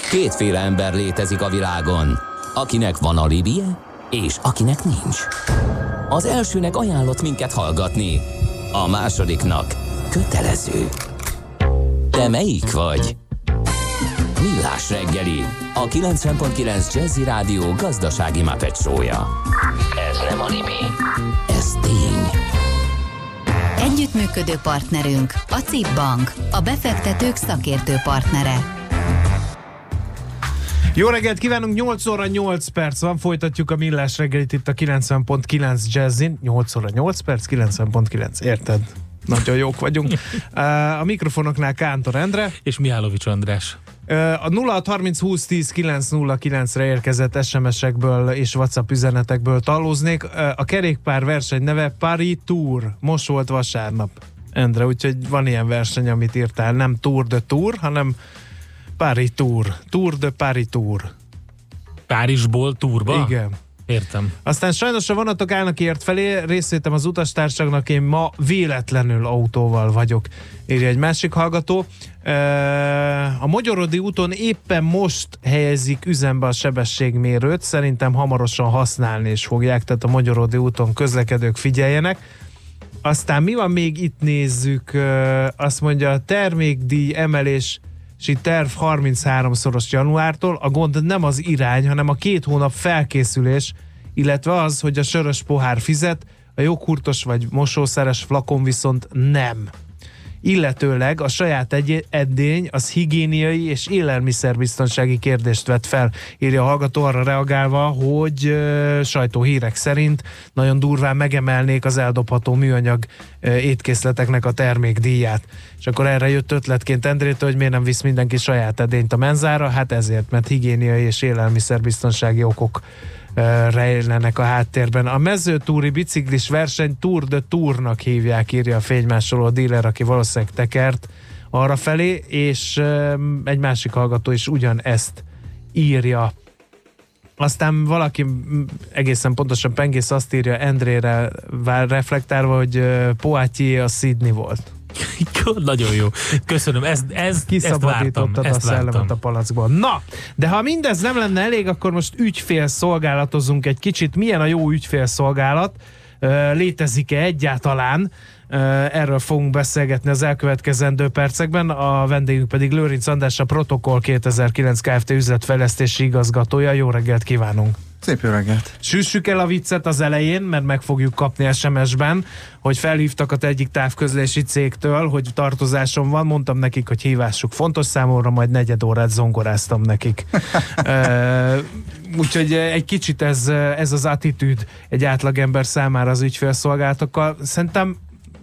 Kétféle ember létezik a világon, akinek van alibije, és akinek nincs. Az elsőnek ajánlott minket hallgatni, a másodiknak kötelező. Te melyik vagy? Millás reggeli, a 90.9 Jazzy Rádió gazdasági Muppet show-ja. Ez nem anime, ez tény. Együttműködő partnerünk a CIP Bank, a befektetők szakértő partnere. Jó reggelt kívánunk, 8 óra 8 perc van, folytatjuk a Millás reggelit itt a 90.9 Jazzin. 8 óra 8 perc, 90.9, érted? Nagyon jók vagyunk. A mikrofonoknál Kántor Endre. És Mihálovics András. A 0630 20 10 909-re érkezett SMS-ekből és WhatsApp üzenetekből talóznék. A kerékpár verseny neve Paris Tour. Most volt vasárnap, Endre, úgyhogy van ilyen verseny, amit írtál. Nem Tour de Tour, hanem Paris Tour. Tour de Paris Tour. Párizsból túrba? Igen. Értem. Aztán sajnos a vonatok állnak ért felé, részvétem az utastársaknak, én ma véletlenül autóval vagyok, írja egy másik hallgató. A Mogyorodi úton éppen most helyezik üzembe a sebességmérőt, szerintem hamarosan használni is fogják, tehát a Mogyorodi úton közlekedők figyeljenek. Aztán mi van még, itt nézzük, azt mondja, a termékdíj emelési terv 33-szoros januártól. A gond nem az irány, hanem a 2 hónap felkészülés, illetve az, hogy a sörös pohár fizet, a joghurtos vagy mosószeres flakon viszont nem. Illetőleg a saját edény az higiéniai és élelmiszerbiztonsági kérdést vet fel, írja a hallgató arra reagálva, hogy sajtóhírek szerint nagyon durván megemelnék az eldobható műanyag étkészleteknek a termékdíját. És akkor erre jött ötletként Endrétől, hogy miért nem visz mindenki saját edényt a menzára, hát ezért, mert higiéniai és élelmiszerbiztonsági okok rejlenek a háttérben. A mezőtúri biciklis verseny Tour de Tournak hívják, írja a fénymásoló díler, aki valószínűleg tekert arra felé, és egy másik hallgató is ugyanezt írja. Aztán valaki egészen pontosan Pengész azt írja Endrére reflektálva, hogy Poitiers a Sydney volt. Nagyon jó. Köszönöm. Kiszabadítottad a szellemet a palackból. Na, de ha mindez nem lenne elég, akkor most ügyfélszolgálatozunk egy kicsit. Milyen a jó ügyfélszolgálat? Létezik-e egyáltalán? Erről fogunk beszélgetni az elkövetkezendő percekben. A vendégünk pedig Lőrinc András, a Protokoll 2009 Kft. Üzletfejlesztési igazgatója. Jó reggelt kívánunk! Szép jó reggelt! Süssük el a viccet az elején, mert meg fogjuk kapni SMS-ben, hogy felhívtak az egyik távközlési cégtől, hogy tartozásom van, mondtam nekik, hogy hívásuk fontos számomra, majd 4 órát zongoráztam nekik. Úgyhogy egy kicsit ez az attitűd egy átlagember számára az ügyfélszolgálatokkal. Szerintem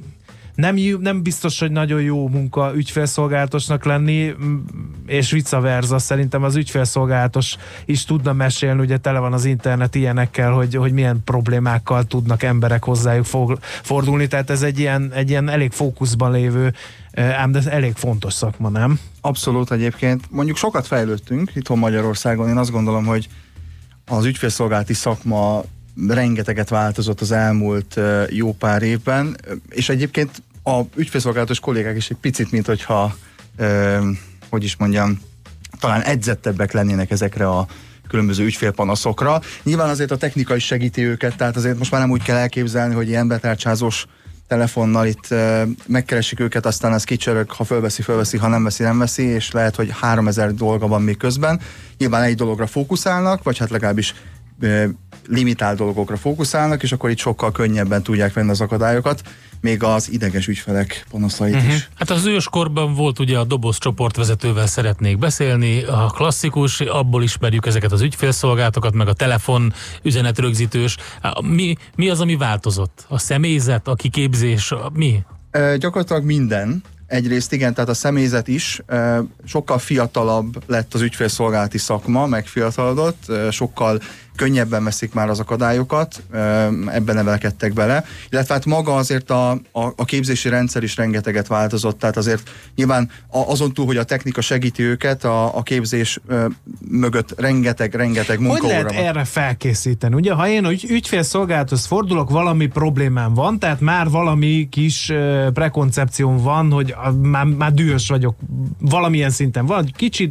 nem biztos, hogy nagyon jó munka ügyfélszolgálatosnak lenni, és vice versa. Szerintem az ügyfélszolgálatos is tudna mesélni, ugye tele van az internet ilyenekkel, hogy milyen problémákkal tudnak emberek hozzájuk fordulni, tehát ez egy ilyen elég fókuszban lévő, ám de elég fontos szakma, nem? Abszolút egyébként. Mondjuk sokat fejlődtünk itthon Magyarországon, én azt gondolom, hogy az ügyfélszolgálati szakma rengeteget változott az elmúlt jó pár évben, és egyébként a ügyfélszolgálatos kollégák is egy picit, mint hogyha, hogy is mondjam, talán edzettebbek lennének ezekre a különböző ügyfélpanaszokra. Nyilván azért a technika is segíti őket, tehát azért most már nem úgy kell elképzelni, hogy ilyen betárcsázós telefonnal itt megkeresik őket, aztán az kicsörög, ha fölveszi, ha nem veszi, és lehet, hogy 3000 dolga van még közben. Nyilván egy dologra fókuszálnak, vagy hát legalábbis limitált dolgokra fókuszálnak, és akkor itt sokkal könnyebben tudják venni az akadályokat, még az ideges ügyfelek panaszait is. Hát az őskorban volt ugye a doboz csoportvezetővel szeretnék beszélni, a klasszikus, abból ismerjük ezeket az ügyfélszolgálatokat, meg a telefon üzenetrögzítős. Mi az, ami változott? A személyzet, a kiképzés, mi? Gyakorlatilag minden. Egyrészt igen, tehát a személyzet is sokkal fiatalabb lett az ügyfélszolgálati szakma, megfiatalodott, sokkal könnyebben veszik már az akadályokat, ebben nevelkedtek bele, illetve hát maga azért a képzési rendszer is rengeteget változott, tehát azért nyilván azon túl, hogy a technika segíti őket, a képzés mögött rengeteg munkaóra van. Hogy lehet erre felkészíteni? Ugye, ha én ügyfélszolgálathoz fordulok, valami problémám van, tehát már valami kis prekoncepcióm van, hogy már dühös vagyok valamilyen szinten, kicsit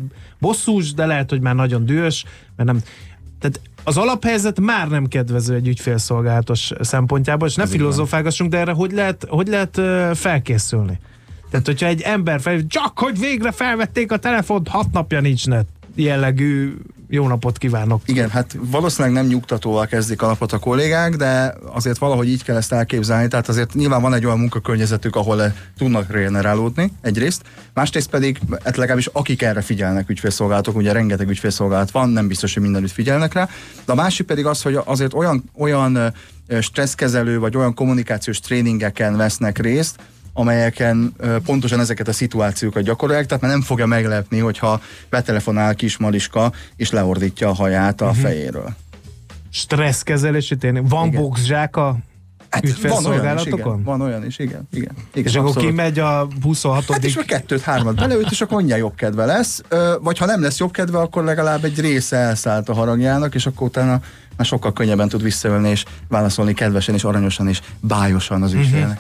bosszús, de lehet, hogy már nagyon dühös, mert nem... Tehát az alaphelyzet már nem kedvező egy ügyfélszolgálatos szempontjából, és ne filozofálgassunk, de erre hogy lehet felkészülni? Tehát, hogyha egy ember csak hogy végre felvették a telefont, 6 napja nincs net jellegű jó napot kívánok. Igen, hát valószínűleg nem nyugtatóval kezdik a napot a kollégák, de azért valahogy így kell ezt elképzelni, tehát azért nyilván van egy olyan munkakörnyezetük, ahol tudnak regenerálódni egyrészt, másrészt pedig legalábbis akik erre figyelnek ügyfélszolgálatok, ugye rengeteg ügyfélszolgálat van, nem biztos, hogy mindenütt figyelnek rá, de a másik pedig az, hogy azért olyan stresszkezelő vagy olyan kommunikációs tréningeken vesznek részt, amelyeken pontosan ezeket a szituációkat gyakorolják, tehát már nem fogja meglepni, hogyha betelefonál kis Mariska, és leordítja a haját a fejéről. Stresszkezelési tényleg. Van boxzsák a ügyfélszolgálatokon? Van olyan is, igen. És akkor kimegy a 26. Hát és a 2-3-at beleüt, és akkor mindjárt jobb kedve lesz. Vagy ha nem lesz jobb kedve, akkor legalább egy része elszállt a haragjának, és akkor utána már sokkal könnyebben tud visszaölni, és válaszolni kedvesen, és aranyosan, és bájosan az ügyfélnek.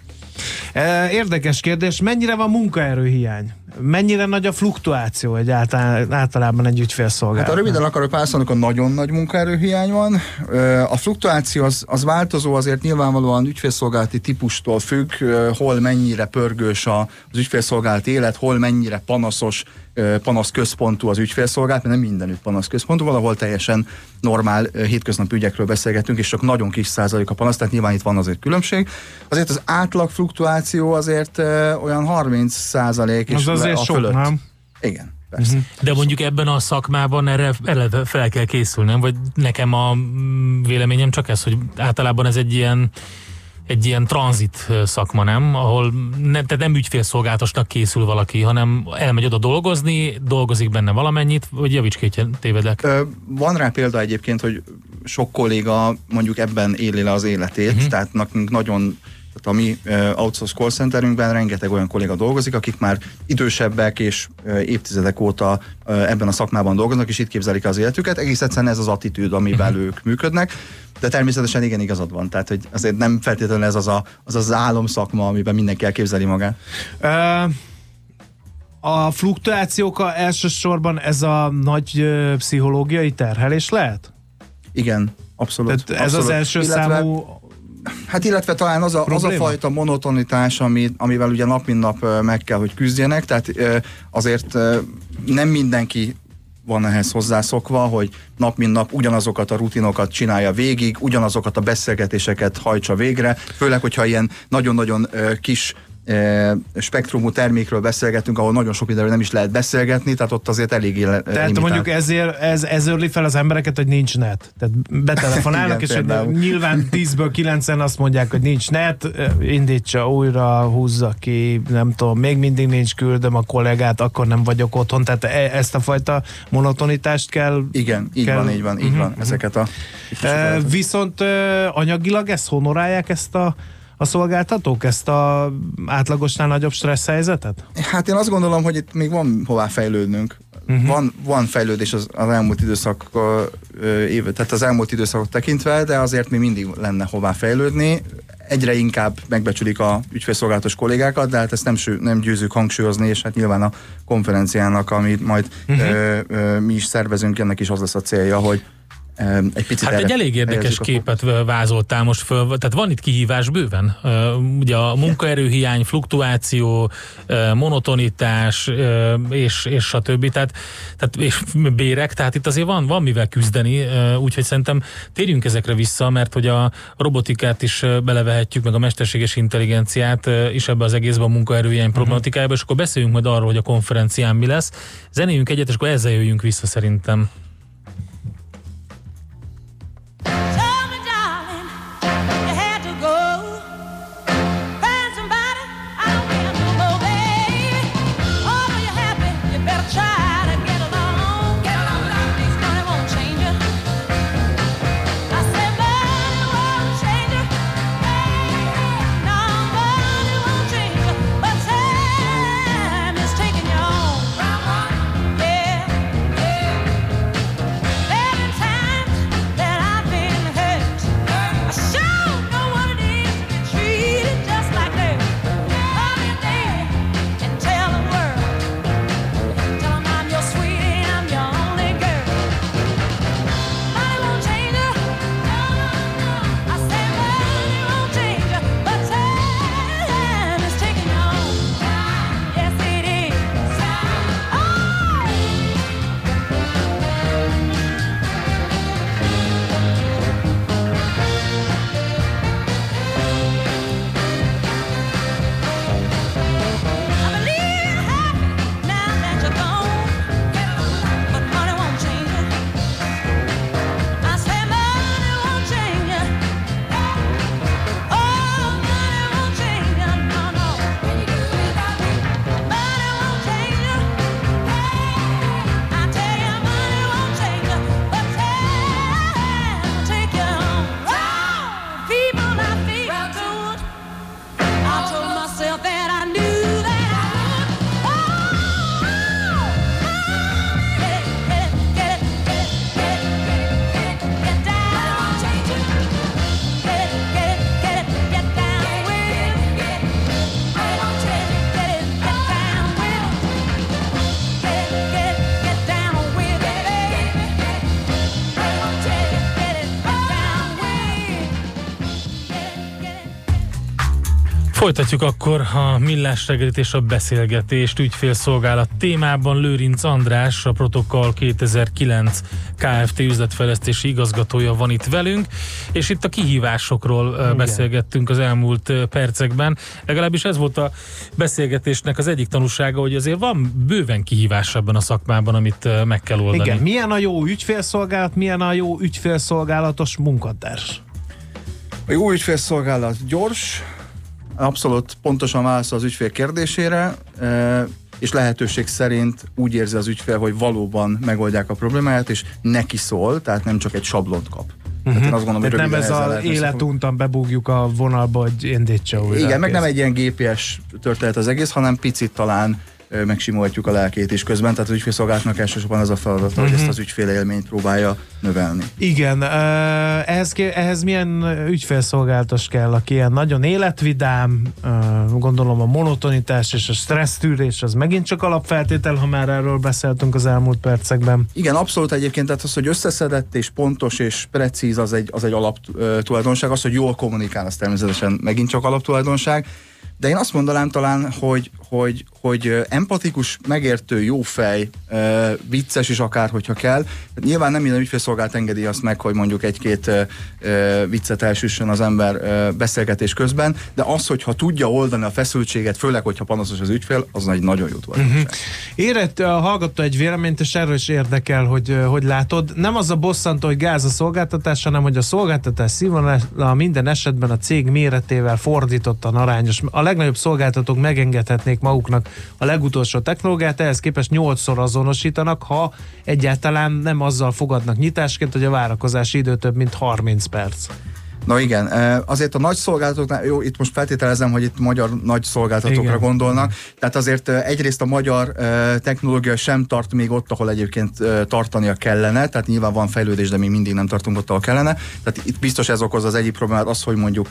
Érdekes kérdés, mennyire van munkaerőhiány? Mennyire nagy a fluktuáció általában egy ügyfélszolgálat? Hát a röviden akarok válaszolni, hogy nagyon nagy munkaerőhiány van. A fluktuáció az változó, azért nyilvánvalóan ügyfélszolgálati típustól függ, hol mennyire pörgős az ügyfélszolgálati élet, hol mennyire panaszközpontú az ügyfélszolgálat, mert nem mindenütt panaszközpontú, valahol teljesen normál hétköznapi ügyekről beszélgetünk, és csak nagyon kis százalék a panasz, tehát nyilván itt van azért különbség. Azért az átlag fluktuáció azért olyan 30% és azért a sok, fölött. Nem? Igen. Persze. De mondjuk ebben a szakmában erre fel kell készülnem, vagy nekem a véleményem csak ez, hogy általában ez egy ilyen tranzit szakma, nem? Ahol tehát nem ügyfélszolgálatosnak készül valaki, hanem elmegy oda dolgozni, dolgozik benne valamennyit, vagy javíts ki, hogyha tévedek. Van rá példa egyébként, hogy sok kolléga mondjuk ebben éli le az életét, tehát nekünk nagyon, tehát a mi outsource call centerünkben rengeteg olyan kolléga dolgozik, akik már idősebbek és évtizedek óta ebben a szakmában dolgoznak, és itt képzelik az életüket. Egész egyszerűen ez az attitűd, amivel ők működnek. De természetesen igen, igazad van. Tehát, hogy azért nem feltétlenül ez az álomszakma, amiben mindenki elképzeli magát. A fluktuációk elsősorban ez a nagy pszichológiai terhelés lehet? Igen, abszolút. Tehát ez abszolút. Az első számú... Hát illetve talán az a fajta monotonitás, amivel ugye nap mint nap meg kell, hogy küzdjenek, tehát azért nem mindenki van ehhez hozzászokva, hogy nap mint nap ugyanazokat a rutinokat csinálja végig, ugyanazokat a beszélgetéseket hajtsa végre, főleg, hogyha ilyen nagyon-nagyon kis spektrumú termékről beszélgetünk, ahol nagyon sok időről nem is lehet beszélgetni, tehát ott azért eléggé Tehát limitált. Mondjuk ezért ez örli fel az embereket, hogy nincs net. Tehát betelefonálnak, és nyilván 10-ből 9-en azt mondják, hogy nincs net, indítsa újra, húzza ki, nem tudom, még mindig nincs, küldöm a kollégát, akkor nem vagyok otthon, tehát ezt a fajta monotonitást kell... Igen, így van, ezeket a... Viszont anyagilag ezt honorálják, ezt a szolgáltatók, ezt a átlagosnál nagyobb stressz helyzetet? Hát én azt gondolom, hogy itt még van hová fejlődnünk. Van fejlődés az elmúlt időszak tehát az elmúlt időszakot tekintve, de azért még mindig lenne hová fejlődni. Egyre inkább megbecsülik a ügyfélszolgálatos kollégákat, de hát ezt nem győzünk hangsúlyozni, és hát nyilván a konferenciának, amit majd mi is szervezünk, ennek is az lesz a célja, hogy egy picit hát egy elég érdekes képet vázoltál most föl, tehát van itt kihívás bőven. Ugye a munkaerőhiány, fluktuáció, monotonitás, és stb. Tehát és bérek, tehát itt azért van mivel küzdeni, úgyhogy szerintem térjünk ezekre vissza, mert hogy a robotikát is belevehetjük, meg a mesterséges intelligenciát is ebbe az egészben a munkaerőhiány problematikájába, és akkor beszéljünk majd arról, hogy a konferencián mi lesz. Zenéljünk egyet, és akkor ezzel jöjjünk vissza szerintem. Folytatjuk akkor a Millás reggelit és a beszélgetést ügyfélszolgálat témában. Lőrinc András, a Protokoll 2009 Kft. Üzletfejlesztési igazgatója van itt velünk, és itt a kihívásokról beszélgettünk az elmúlt percekben. Legalábbis ez volt a beszélgetésnek az egyik tanúsága, hogy azért van bőven kihívás ebben a szakmában, amit meg kell oldani. Igen, milyen a jó ügyfélszolgálat, milyen a jó ügyfélszolgálatos munkatárs? A jó ügyfélszolgálat gyors, abszolút pontosan válaszol az ügyfél kérdésére, és lehetőség szerint úgy érzi az ügyfél, hogy valóban megoldják a problémáját, és neki szól, tehát nem csak egy sablont kap. Tehát én azt gondolom, hogy nem ez az életuntan bebúgjuk a vonalba, hogy indítsa újra. Igen, meg nem egy ilyen GPS történet az egész, hanem picit talán megsimolhatjuk a lelkét is közben, tehát az ügyfélszolgálatnak elsősorban az a feladata, hogy ezt az ügyfélélményt próbálja növelni. Igen, ehhez milyen ügyfélszolgálatos kell, aki ilyen nagyon életvidám, gondolom a monotonitás és a stressztűrés az megint csak alapfeltétel, ha már erről beszéltünk az elmúlt percekben. Igen, abszolút egyébként, tehát az, hogy összeszedett és pontos és precíz, az egy alaptulajdonság, az, hogy jól kommunikál, az természetesen megint csak alaptulajdonság. De én azt mondanám talán, hogy empatikus, megértő, jófej, vicces is akár, hogyha kell. Nyilván nem minden ügyfélszolgálat engedi azt meg, hogy mondjuk egy-két viccet elsüssön az ember beszélgetés közben, de az, hogyha tudja oldani a feszültséget, főleg, hogyha panaszos az ügyfél, az egy nagyon jó tulajdonság. Érett hallgatta egy véleményt, és erről is érdekel, hogy látod. Nem az a bosszantó, hogy gáz a szolgáltatás, hanem hogy a szolgáltatás színvonala minden esetben a cég méretével fordítottan arányos. A legnagyobb szolgáltatók megengedhetnék maguknak a legutolsó technológiát, ehhez képest 8-szor azonosítanak, ha egyáltalán nem azzal fogadnak nyitásként, hogy a várakozási idő több mint 30 perc. Na igen, azért a nagy szolgáltatóknál, jó, itt most feltételezem, hogy itt magyar nagy szolgáltatókra gondolnak, tehát azért egyrészt a magyar technológia sem tart még ott, ahol egyébként tartania kellene, tehát nyilván van fejlődés, de még mindig nem tartunk ott, ahol kellene, tehát itt biztos ez okoz az egyik problémát, az, hogy mondjuk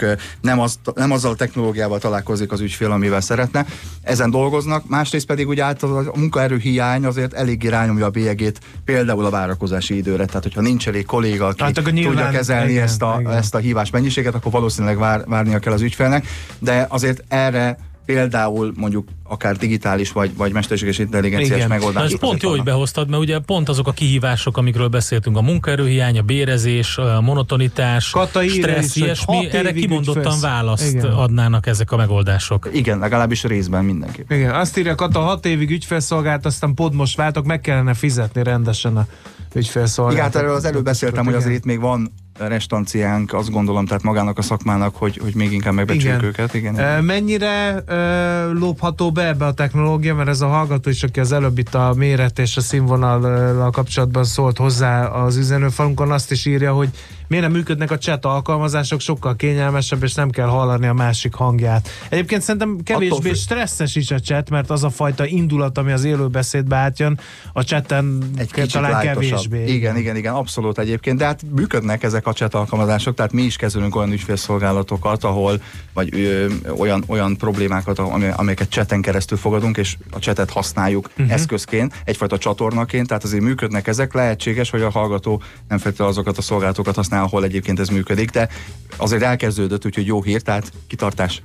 nem azzal a technológiával találkozik az ügyfél, amivel szeretne, ezen dolgoznak, másrészt pedig ugye általában a munkaerő hiány azért eléggé rányomja a bélyegét például a várakozási időre, tehát hogyha nincs elég kolléga, aki tudja kezelni ezt a hívás mennyiséget, akkor valószínűleg várnia kell az ügyfélnek, de azért erre például mondjuk akár digitális vagy mesterséges intelligenciás megoldások. Ez pont jó, hogy behoztad, mert ugye pont azok a kihívások, amikről beszéltünk, a munkaerőhiány, a bérezés, a monotonitás, stressz, ilyesmi, erre kimondottan választ adnának ezek a megoldások. Igen, legalábbis részben mindenképp. Igen, azt írja Kata, 6 évig ügyfélszolgált, aztán most váltok, meg kellene fizetni rendesen a ügyfélszolgálatot. Igen, erről az előbb beszéltem, hogy azért itt még van restanciánk, azt gondolom, tehát magának a szakmának, hogy még inkább megbecsüljük őket. Igen. Mennyire lóbható be ebbe a technológia, mert ez a hallgató is, aki az előbb itt a méret és a színvonallal kapcsolatban szólt hozzá az üzenőfalunkon, azt is írja, hogy miért nem működnek a chat alkalmazások, sokkal kényelmesebb, és nem kell hallani a másik hangját. Egyébként szerintem kevésbé stresszes is a chat, mert az a fajta indulat, ami az élőbeszédbe átjön, a chaten talán kevésbé. Igen, abszolút egyébként, de hát működnek ezek a chat alkalmazások, tehát mi is kezelünk olyan ügyfélszolgálatokat, ahol vagy olyan problémákat, amelyeket chaten keresztül fogadunk, és a chatet használjuk eszközként, egyfajta csatornaként, tehát azért működnek ezek, lehetséges, hogy a hallgató nem feltétlenül azokat a szolgálatokat használ, ahol egyébként ez működik, de azért elkezdődött, úgyhogy jó hír, tehát kitartás.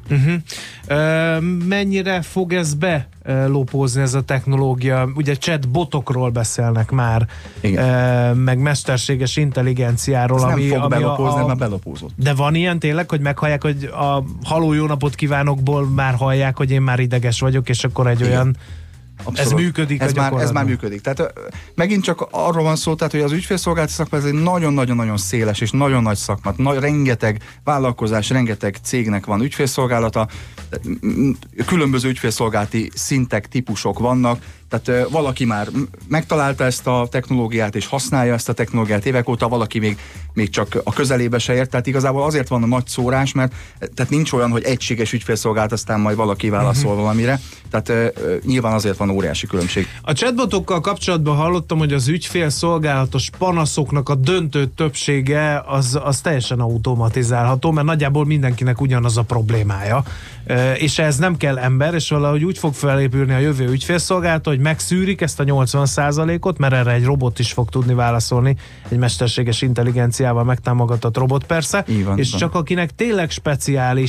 Mennyire fog ez belopózni ez a technológia? Ugye chatbotokról beszélnek már, meg mesterséges intelligenciáról, ez nem fog belopózni, már belopózott. De van ilyen tényleg, hogy meghallják, hogy a haló jó napot kívánokból már hallják, hogy én már ideges vagyok, és akkor egy olyan abszolút. Ez működik. Ez már működik. Tehát megint csak arról van szó, tehát, hogy az ügyfélszolgálati szakma ez egy nagyon-nagyon-nagyon széles és nagyon nagy szakma. Rengeteg vállalkozás, rengeteg cégnek van ügyfélszolgálata, különböző ügyfélszolgálati szintek, típusok vannak, tehát valaki már megtalálta ezt a technológiát és használja ezt a technológiát évek óta, valaki még csak a közelébe se ért, tehát igazából azért van a nagy szórás, mert tehát nincs olyan, hogy egységes ügyfélszolgálat, aztán majd valaki válaszol valamire, tehát nyilván azért van óriási különbség. A chatbotokkal kapcsolatban hallottam, hogy az ügyfélszolgálatos panaszoknak a döntő többsége az teljesen automatizálható, mert nagyjából mindenkinek ugyanaz a problémája, és ez nem kell ember, és valahogy úgy fog felépülni a jövő ügyfélszolgálat, hogy megszűrik ezt a 80%-ot, mert erre egy robot is fog tudni válaszolni, egy mesterséges intelligenciával megtámogatott robot persze, és csak akinek tényleg speciális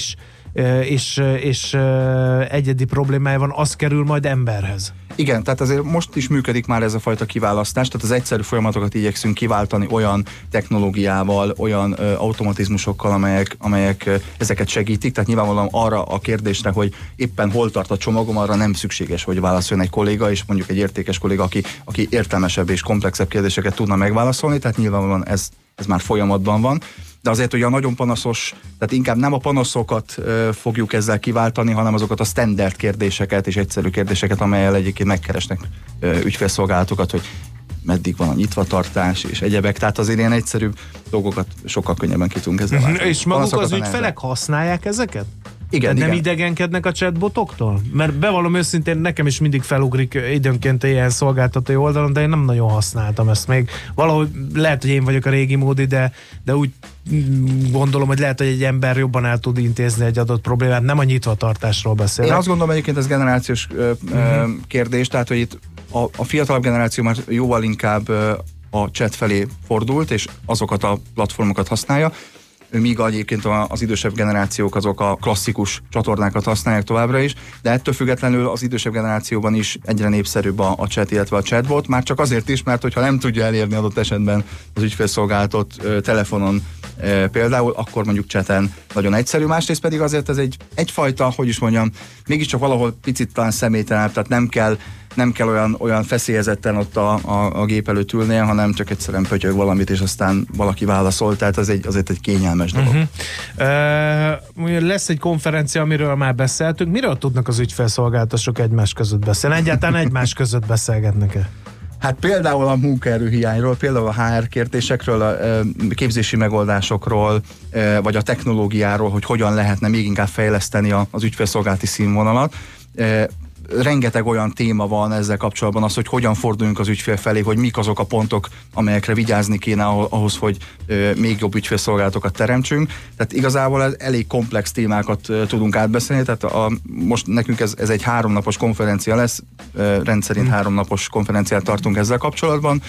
és egyedi problémája van, az kerül majd emberhez. Igen, tehát azért most is működik már ez a fajta kiválasztás, tehát az egyszerű folyamatokat igyekszünk kiváltani olyan technológiával, olyan automatizmusokkal, amelyek ezeket segítik, tehát nyilvánvalóan arra a kérdésre, hogy éppen hol tart a csomagom, arra nem szükséges, hogy válaszoljon egy kolléga, és mondjuk egy értékes kolléga, aki értelmesebb és komplexebb kérdéseket tudna megválaszolni, tehát nyilvánvalóan ez már folyamatban van. De azért ugye a nagyon panaszos, tehát inkább nem a panaszokat fogjuk ezzel kiváltani, hanem azokat a standard kérdéseket és egyszerű kérdéseket, amelyel egyébként megkeresnek ügyfélszolgálatokat, hogy meddig van a nyitvatartás és egyebek. Tehát azért ilyen egyszerűbb dolgokat sokkal könnyebben ki tudunk ezzel váltani. És maguk az ügyfelek használják ezeket? Igen, nem idegenkednek a chatbotoktól? Mert bevallom őszintén, nekem is mindig felugrik időnként ilyen szolgáltatói oldalon, de én nem nagyon használtam ezt még. Valahogy lehet, hogy én vagyok a régi módi, de úgy gondolom, hogy lehet, hogy egy ember jobban el tud intézni egy adott problémát, nem a nyitvatartásról beszélek. Én azt gondolom egyébként ez generációs kérdés, tehát hogy itt a fiatalabb generáció már jóval inkább a chat felé fordult, és azokat a platformokat használja, míg egyébként az idősebb generációk azok a klasszikus csatornákat használják továbbra is, de ettől függetlenül az idősebb generációban is egyre népszerűbb a chat, illetve a chatbot, már csak azért is, mert hogyha nem tudja elérni adott esetben az ügyfélszolgálatot telefonon például, akkor mondjuk chaten nagyon egyszerű, másrészt pedig azért ez egyfajta, hogy is mondjam, mégiscsak valahol picit talán személytelen, tehát nem kell olyan feszélyezetten ott a gép előtt ülnie, hanem csak egyszerűen pötyög valamit, és aztán valaki válaszol, tehát azért egy kényelmes dolog. Lesz egy konferencia, amiről már beszéltünk. Miről tudnak az ügyfélszolgáltatások egymás között beszélni? Egyáltalán egymás között beszélgetnek-e? Hát például a munkaerőhiányról, például a HR kérdésekről, a képzési megoldásokról, vagy a technológiáról, hogy hogyan lehetne még inkább fejleszteni az ügyfélszolgálati színvonalat. Rengeteg olyan téma van ezzel kapcsolatban, az, hogy hogyan forduljunk az ügyfél felé, hogy mik azok a pontok, amelyekre vigyázni kéne ahhoz, hogy még jobb ügyfélszolgálatokat teremtsünk. Tehát igazából elég komplex témákat tudunk átbeszélni, tehát most nekünk ez egy 3 napos konferencia lesz, rendszerint 3 napos konferenciát tartunk ezzel kapcsolatban,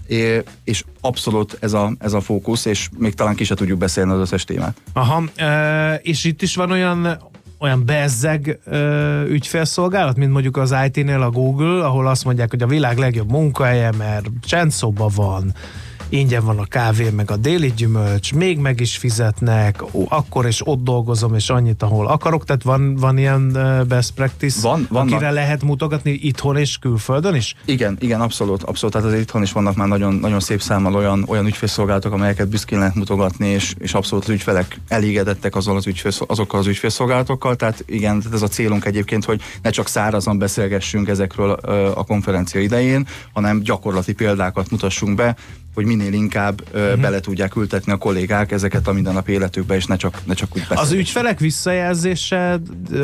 és abszolút ez a fókusz, és még talán ki se tudjuk beszélni az összes témát. Aha, és itt is van olyan bezzeg ügyfélszolgálat, mint mondjuk az IT-nél a Google, ahol azt mondják, hogy a világ legjobb munkahelye, mert csendszoba van, ingyen van a kávé, meg a déli gyümölcs, még meg is fizetnek, akkor és ott dolgozom, és annyit, ahol akarok, tehát van ilyen best practice, akire lehet mutogatni itthon és külföldön is? Igen, abszolút. Tehát azért itthon is vannak már nagyon, nagyon szép számmal olyan ügyfélszolgálatok, amelyeket büszkén lehet mutogatni, és abszolút az ügyfelek elégedettek azokkal az ügyfélszolgálatokkal, tehát igen, tehát ez a célunk egyébként, hogy ne csak szárazan beszélgessünk ezekről a konferencia idején, hanem gyakorlati példákat mutassunk be, hogy minél inkább bele tudják ültetni a kollégák ezeket a mindennapi életükbe, és ne csak úgy beszélni. Az ügyfelek visszajelzése,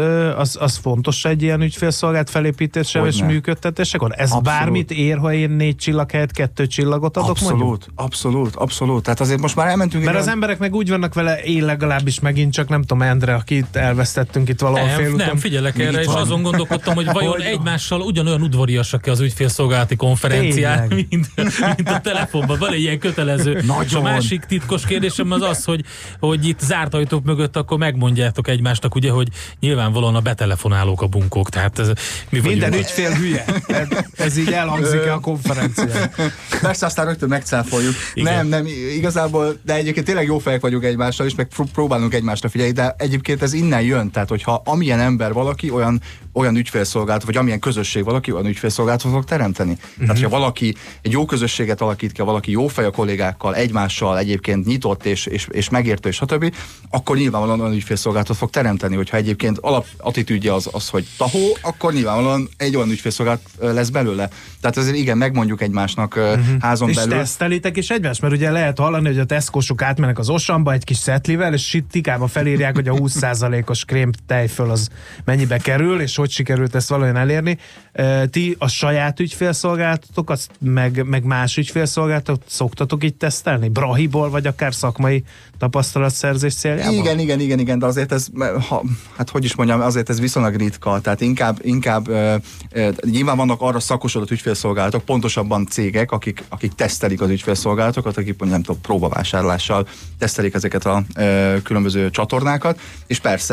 az fontos egy ilyen ügyfélszolgált felépítéssel és működtetésekor? Ez abszolút. Bármit ér, ha én 4 csillag helyett 2 csillagot adok, mondjuk? Abszolút. Tehát azért most már elmentünk... Mert az emberek meg úgy vannak vele, én legalábbis megint csak, nem tudom, Endre, akit elvesztettünk itt valahol félúton. Nem, figyelek erre, és azon gondolkodtam, hogy vajon egymással ugyanolyan udvariasak-e az ügyfélszolgálati konferenciák, mint a telefonban. Van egy ilyen kötelező. És a másik titkos kérdésem az, hogy itt zárt ajtók mögött akkor megmondjátok egymásnak, ugye, hogy nyilvánvalóan a betelefonálók a bunkók. Tehát minden ügyfél hülye. Ez így elhangzik a konferencián. Persze aztán rögtön megcáfoljuk. Nem, igazából, de egyébként tényleg jó fejek vagyunk egymással, és meg próbálunk egymásra figyelni, de egyébként ez innen jön. Tehát, hogyha amilyen ember valaki, olyan ügyfélszolgálat, vagy amilyen közösség valaki, olyan ügyfélszolgálatot fog teremteni. Tehát, ha valaki egy jó közösséget alakít ki, valaki jó fej a kollégákkal, egymással egyébként nyitott és megértő, és stb., akkor nyilvánvalóan olyan ügyfélszolgálatot fog teremteni. Hogyha egyébként alapattitűdje az, hogy tahó, akkor nyilvánvalóan egy olyan ügyfélszolgálat lesz belőle. Tehát azért igen, megmondjuk egymásnak házon belül. És tesztelitek is egymást, mert ugye lehet hallani, hogy a Tesco-sok átmennek az Osamba egy kis szetlivel, és tikába felírják, hogy a 20%-os krém tejföl az mennyibe kerül, és hogy sikerült ezt valahogy elérni. Ti a saját ügyfélszolgáltatok, meg más ügyfélszolgáltatok szoktatok így tesztelni? Brahiból, vagy akár szakmai tapasztalatszerzés céljában? Igen, de azért ez, hát hogy is mondjam, azért ez viszonylag ritka, tehát inkább nyilván vannak arra szakosodott ügyfélszolgálatok, pontosabban cégek, akik tesztelik az ügyfélszolgálatokat, akik mondjuk nem tudom, próbavásárlással tesztelik ezeket a különböző csatornákat, és persze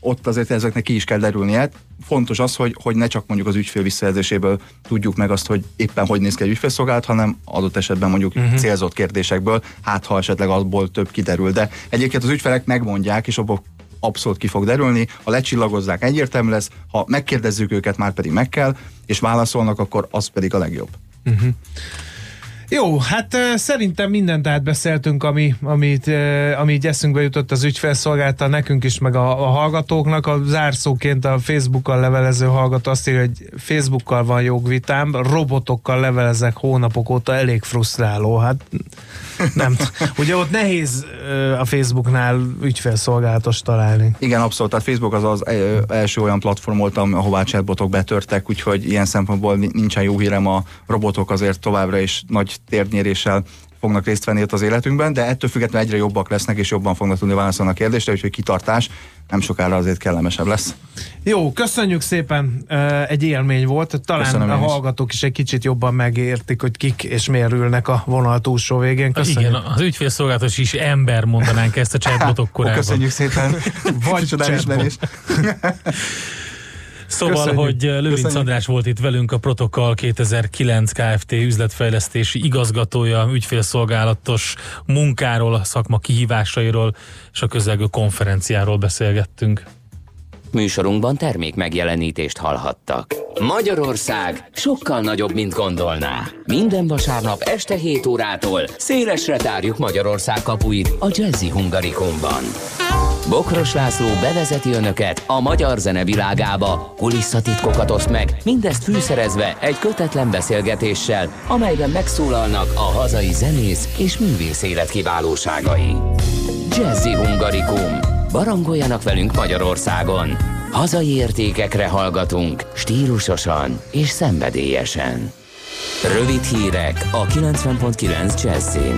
ott azért ezeknek ki is kell derülnie. Fontos az, hogy ne csak mondjuk az ügyfél visszajelzéséből tudjuk meg azt, hogy éppen hogy néz ki egy ügyfélszolgálat, hanem adott esetben mondjuk célzott kérdésekből, hát ha esetleg abból több kiderül. De egyébként az ügyfelek megmondják, és abból abszolút ki fog derülni, ha lecsillagozzák, egyértelmű lesz, ha megkérdezzük őket, már pedig meg kell, és válaszolnak, akkor az pedig a legjobb. Jó, hát szerintem mindent átbeszéltünk, ami így eszünkbe jutott az ügyfélszolgálattal, nekünk is, meg a hallgatóknak. A zárszóként a Facebookkal levelező hallgató azt írja, hogy Facebookkal van jogvitám, robotokkal levelezek hónapok óta, elég frusztráló. Hát nem. Ugye ott nehéz a Facebooknál ügyfélszolgálatos találni. Igen, abszolút. Tehát Facebook az első olyan platform volt, ahová a chatbotok betörtek, úgyhogy ilyen szempontból nincsen jó hírem, a robotok azért továbbra is nagy térnyeréssel fognak részt venni ott az életünkben, de ettől függetlenül egyre jobbak lesznek, és jobban fognak tudni válaszolni a kérdésre, úgyhogy kitartás nem sokára azért kellemesebb lesz. Jó, köszönjük szépen, egy élmény volt. Talán köszönöm a hallgatók is egy kicsit jobban megértik, hogy kik és miért ülnek a vonal túlsó végén. Köszönjük. Igen, az ügyfélszolgálatos is ember, mondanánk ezt a chatbotok korában. Köszönjük szépen. Vagy chatbot. Szóval, köszönjük. hogy Lőrinc András volt itt velünk, a Protokoll 2009 Kft. Üzletfejlesztési igazgatója, ügyfélszolgálatos munkáról, a szakma kihívásairól és a közelgő konferenciáról beszélgettünk. Műsorunkban termék megjelenítést hallhattak. Magyarország sokkal nagyobb, mint gondolná. Minden vasárnap este 7 órától szélesre tárjuk Magyarország kapuit a Jazzy Hungarikumban. Bokros László bevezeti önöket a magyar zene világába, kulisszatitkokat oszt meg, mindezt fűszerezve egy kötetlen beszélgetéssel, amelyben megszólalnak a hazai zenész és művész élet kiválóságai. Jazzy Hungarikum. Barangoljanak velünk Magyarországon. Hazai értékekre hallgatunk, stílusosan és szenvedélyesen. Rövid hírek a 90.9 Jazzyn.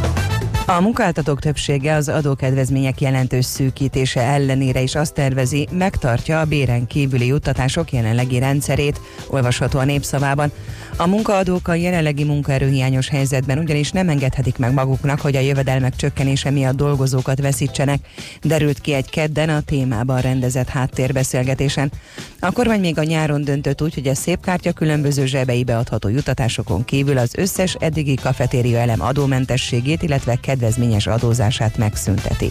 A munkáltatók többsége az adókedvezmények jelentős szűkítése ellenére is azt tervezi, megtartja a béren kívüli juttatások jelenlegi rendszerét, olvasható a Népszavában. A munkaadók a jelenlegi munkaerőhiányos helyzetben ugyanis nem engedhetik meg maguknak, hogy a jövedelmek csökkenése miatt dolgozókat veszítsenek, derült ki egy kedden a témában rendezett háttérbeszélgetésen. A kormány még a nyáron döntött úgy, hogy a szépkártya különböző zsebeibe adható juttatásokon kívül az összes eddigi kafetéria elem adómentességét, illetve kedvezményes adózását megszünteti.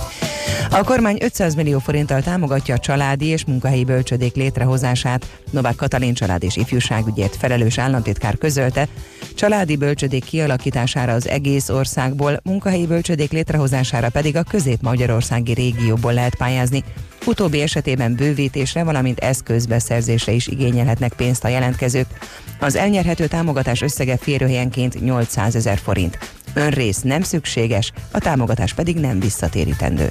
A kormány 500 millió forinttal támogatja a családi és munkahelyi bölcsödék létrehozását. Novák Katalin család és ifjúságügyért felelős államtitkár közölte, családi bölcsödék kialakítására az egész országból, munkahelyi bölcsödék létrehozására pedig a közép-magyarországi régióból lehet pályázni. Utóbbi esetében bővítésre, valamint eszközbeszerzésre is igényelhetnek pénzt a jelentkezők. Az elnyerhető támogatás összege férőhelyenként 800 000 forint. Önrész nem szükséges, a támogatás pedig nem visszatérítendő.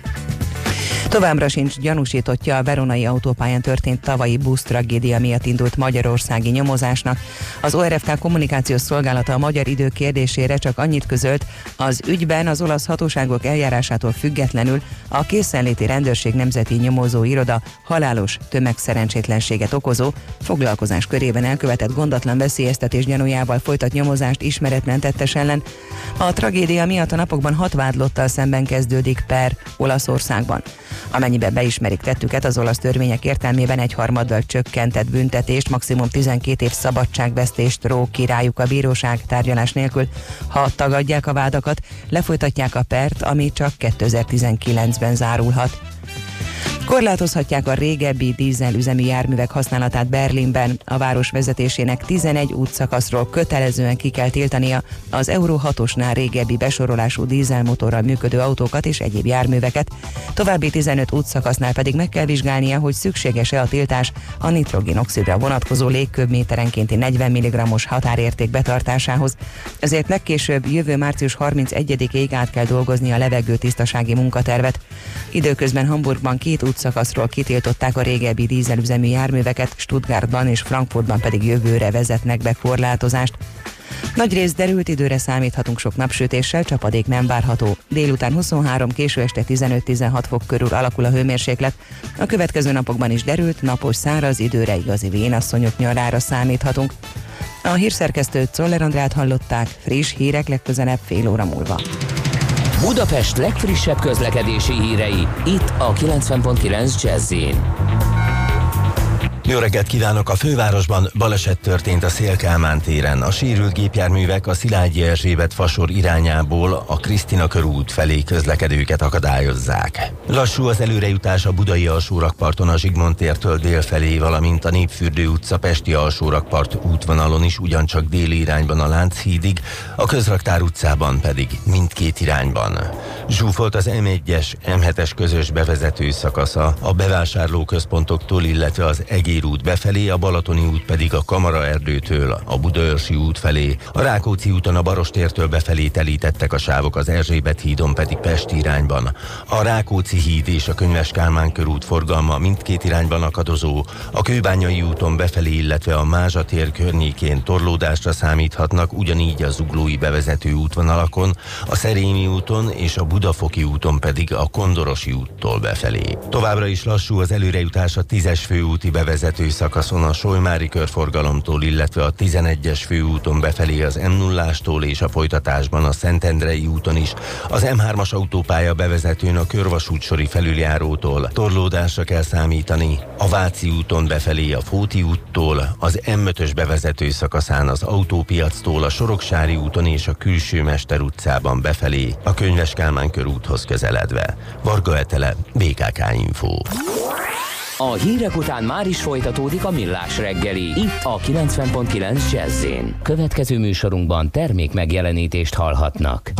Továbbra sincs gyanúsítottja a veronai autópályán történt tavalyi busztragédia miatt indult magyarországi nyomozásnak. Az ORFK kommunikációs szolgálata a magyar idő kérdésére csak annyit közölt, az ügyben az olasz hatóságok eljárásától függetlenül a készenléti rendőrség nemzeti nyomozó iroda halálos tömegszerencsétlenséget okozó, foglalkozás körében elkövetett gondatlan veszélyeztetés gyanújával folytat nyomozást ismeretlen tettes ellen. A tragédia miatt a napokban 6 vádlottal szemben kezdődik per Olaszországban. Amennyiben beismerik tettüket, az olasz törvények értelmében 1/3 csökkentett büntetést, maximum 12 év szabadságvesztést ró ki rájuk a bíróság tárgyalás nélkül. Ha tagadják a vádakat, lefolytatják a pert, ami csak 2019-ben zárulhat. Korlátozhatják a régebbi dízelüzemű járművek használatát Berlinben. A város vezetésének 11 útszakaszról kötelezően ki kell tiltania az Euro 6-osnál régebbi besorolású dízelmotorral működő autókat és egyéb járműveket. További 15 útszakasznál pedig meg kell vizsgálnia, hogy szükséges-e a tiltás a nitrogénoxidra vonatkozó légköbméterenkénti 40 mg-os határérték betartásához. Ezért legkésőbb jövő március 31-ig át kell dolgozni a levegőtisztasági munkatervet. Időközben Hamburgban 2 útszakaszról kitiltották a régebbi dízelüzemű járműveket, Stuttgartban és Frankfurtban pedig jövőre vezetnek be korlátozást. Nagyrészt derült időre számíthatunk sok napsütéssel, csapadék nem várható. Délután 23, késő este 15-16 fok körül alakul a hőmérséklet. A következő napokban is derült, napos száraz időre, igazi vénasszonyok nyarára számíthatunk. A hírszerkesztőt, Czoller Andrát hallották, friss hírek legközelebb fél óra múlva. Budapest legfrissebb közlekedési hírei, itt a 90.9 Jazz-in. Jó reggelt kívánok! A fővárosban baleset történt a Széll-Kálmán téren. A sérült gépjárművek a Szilágyi Erzsébet fasor irányából a Krisztina körút felé közlekedőket akadályozzák. Lassú az előrejutás a budai alsórakparton a Zsigmond tértől dél felé, valamint a Népfürdő utca pesti alsórakpart útvonalon is ugyancsak déli irányban a Lánchídig, a Közraktár utcában pedig mindkét irányban. Zsúfolt az M1-es, M7-es közös bevezető szakasza a bevásárlóközpontoktól, illetve az Egér út befelé, a Balatoni út pedig a Kamaraerdőtől a Budaörsi út felé, a Rákóczi úton a Barostértől befelé telítettek a sávok, az Erzsébet hídon pedig Pest irányban. A Rákóczi híd és a Könyves Kálmán körút forgalma mindkét irányban akadozó, a Kőbányai úton befelé, illetve a Mázsa tér környékén torlódásra számíthatnak, ugyanígy a zuglói bevezető útvonalakon, a Szerémi úton és a Budafoki úton pedig a Kondorosi úttól befelé. Továbbra is lassú az előrejutás a 10-es főúti bevezető szakaszon a Solymári körforgalomtól, illetve a 11-es főúton befelé az M0-ástól és a folytatásban a Szentendrei úton is, az M3-as autópálya bevezetőn a Körvasútsori felüljárótól torlódásra kell számítani, a Váci úton befelé a Fóti úttól, az M5-ös bevezető szakaszán az Autópiactól, a Soroksári úton és a Külső Mester utcában befelé, a Könyves Kálmán körúthoz közeledve. Varga Etele, BKK Info. A hírek után már is folytatódik a Millás reggeli, itt a 90.9 Jazz-in. Következő műsorunkban termék megjelenítést hallhatnak.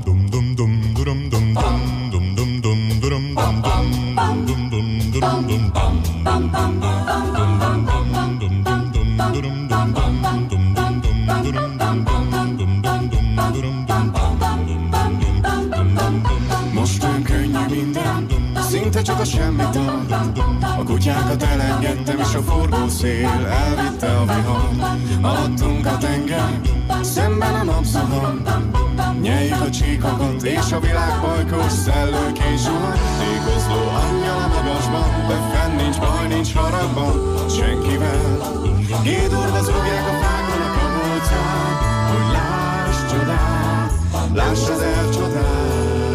Most olyan könnyű minden, szinte csak a semmit tart. A kutyákat elengedtem, és a forgószél elvitte a vihar. Alattunk a tenger, szemben a napszahar. Nyeljük a csíkokat, és a világ bajkos szellőkén zsuhar. Tékozló angyal a magasban, de fenn nincs baj, nincs haragban senkivel. Gédorva zúgják a fákon a kabolcán, hogy láss csodát, láss ezer csodát.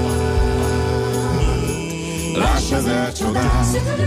Láss ezer csodát.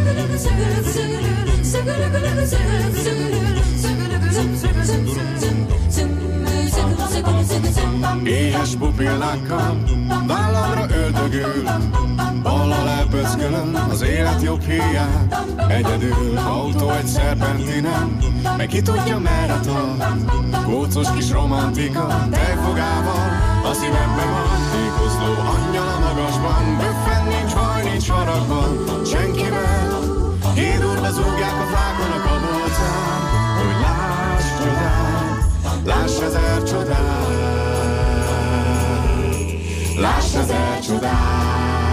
Éhes pupillákkal vállamra öldögül, ballal elpöckölöm az élet jobb híját. Egyedül autó egy szerpentinen, meg ki tudja merre tart. Kócos kis romantika tejfogával a szívembe van. Tékozló angyal a magasban, büffen nincs baj, nincs haragban senkivel. Gédurva zúgják a fákon a kabolcán, hogy láss csodát, láss ezer csodát, láss ezer csodát.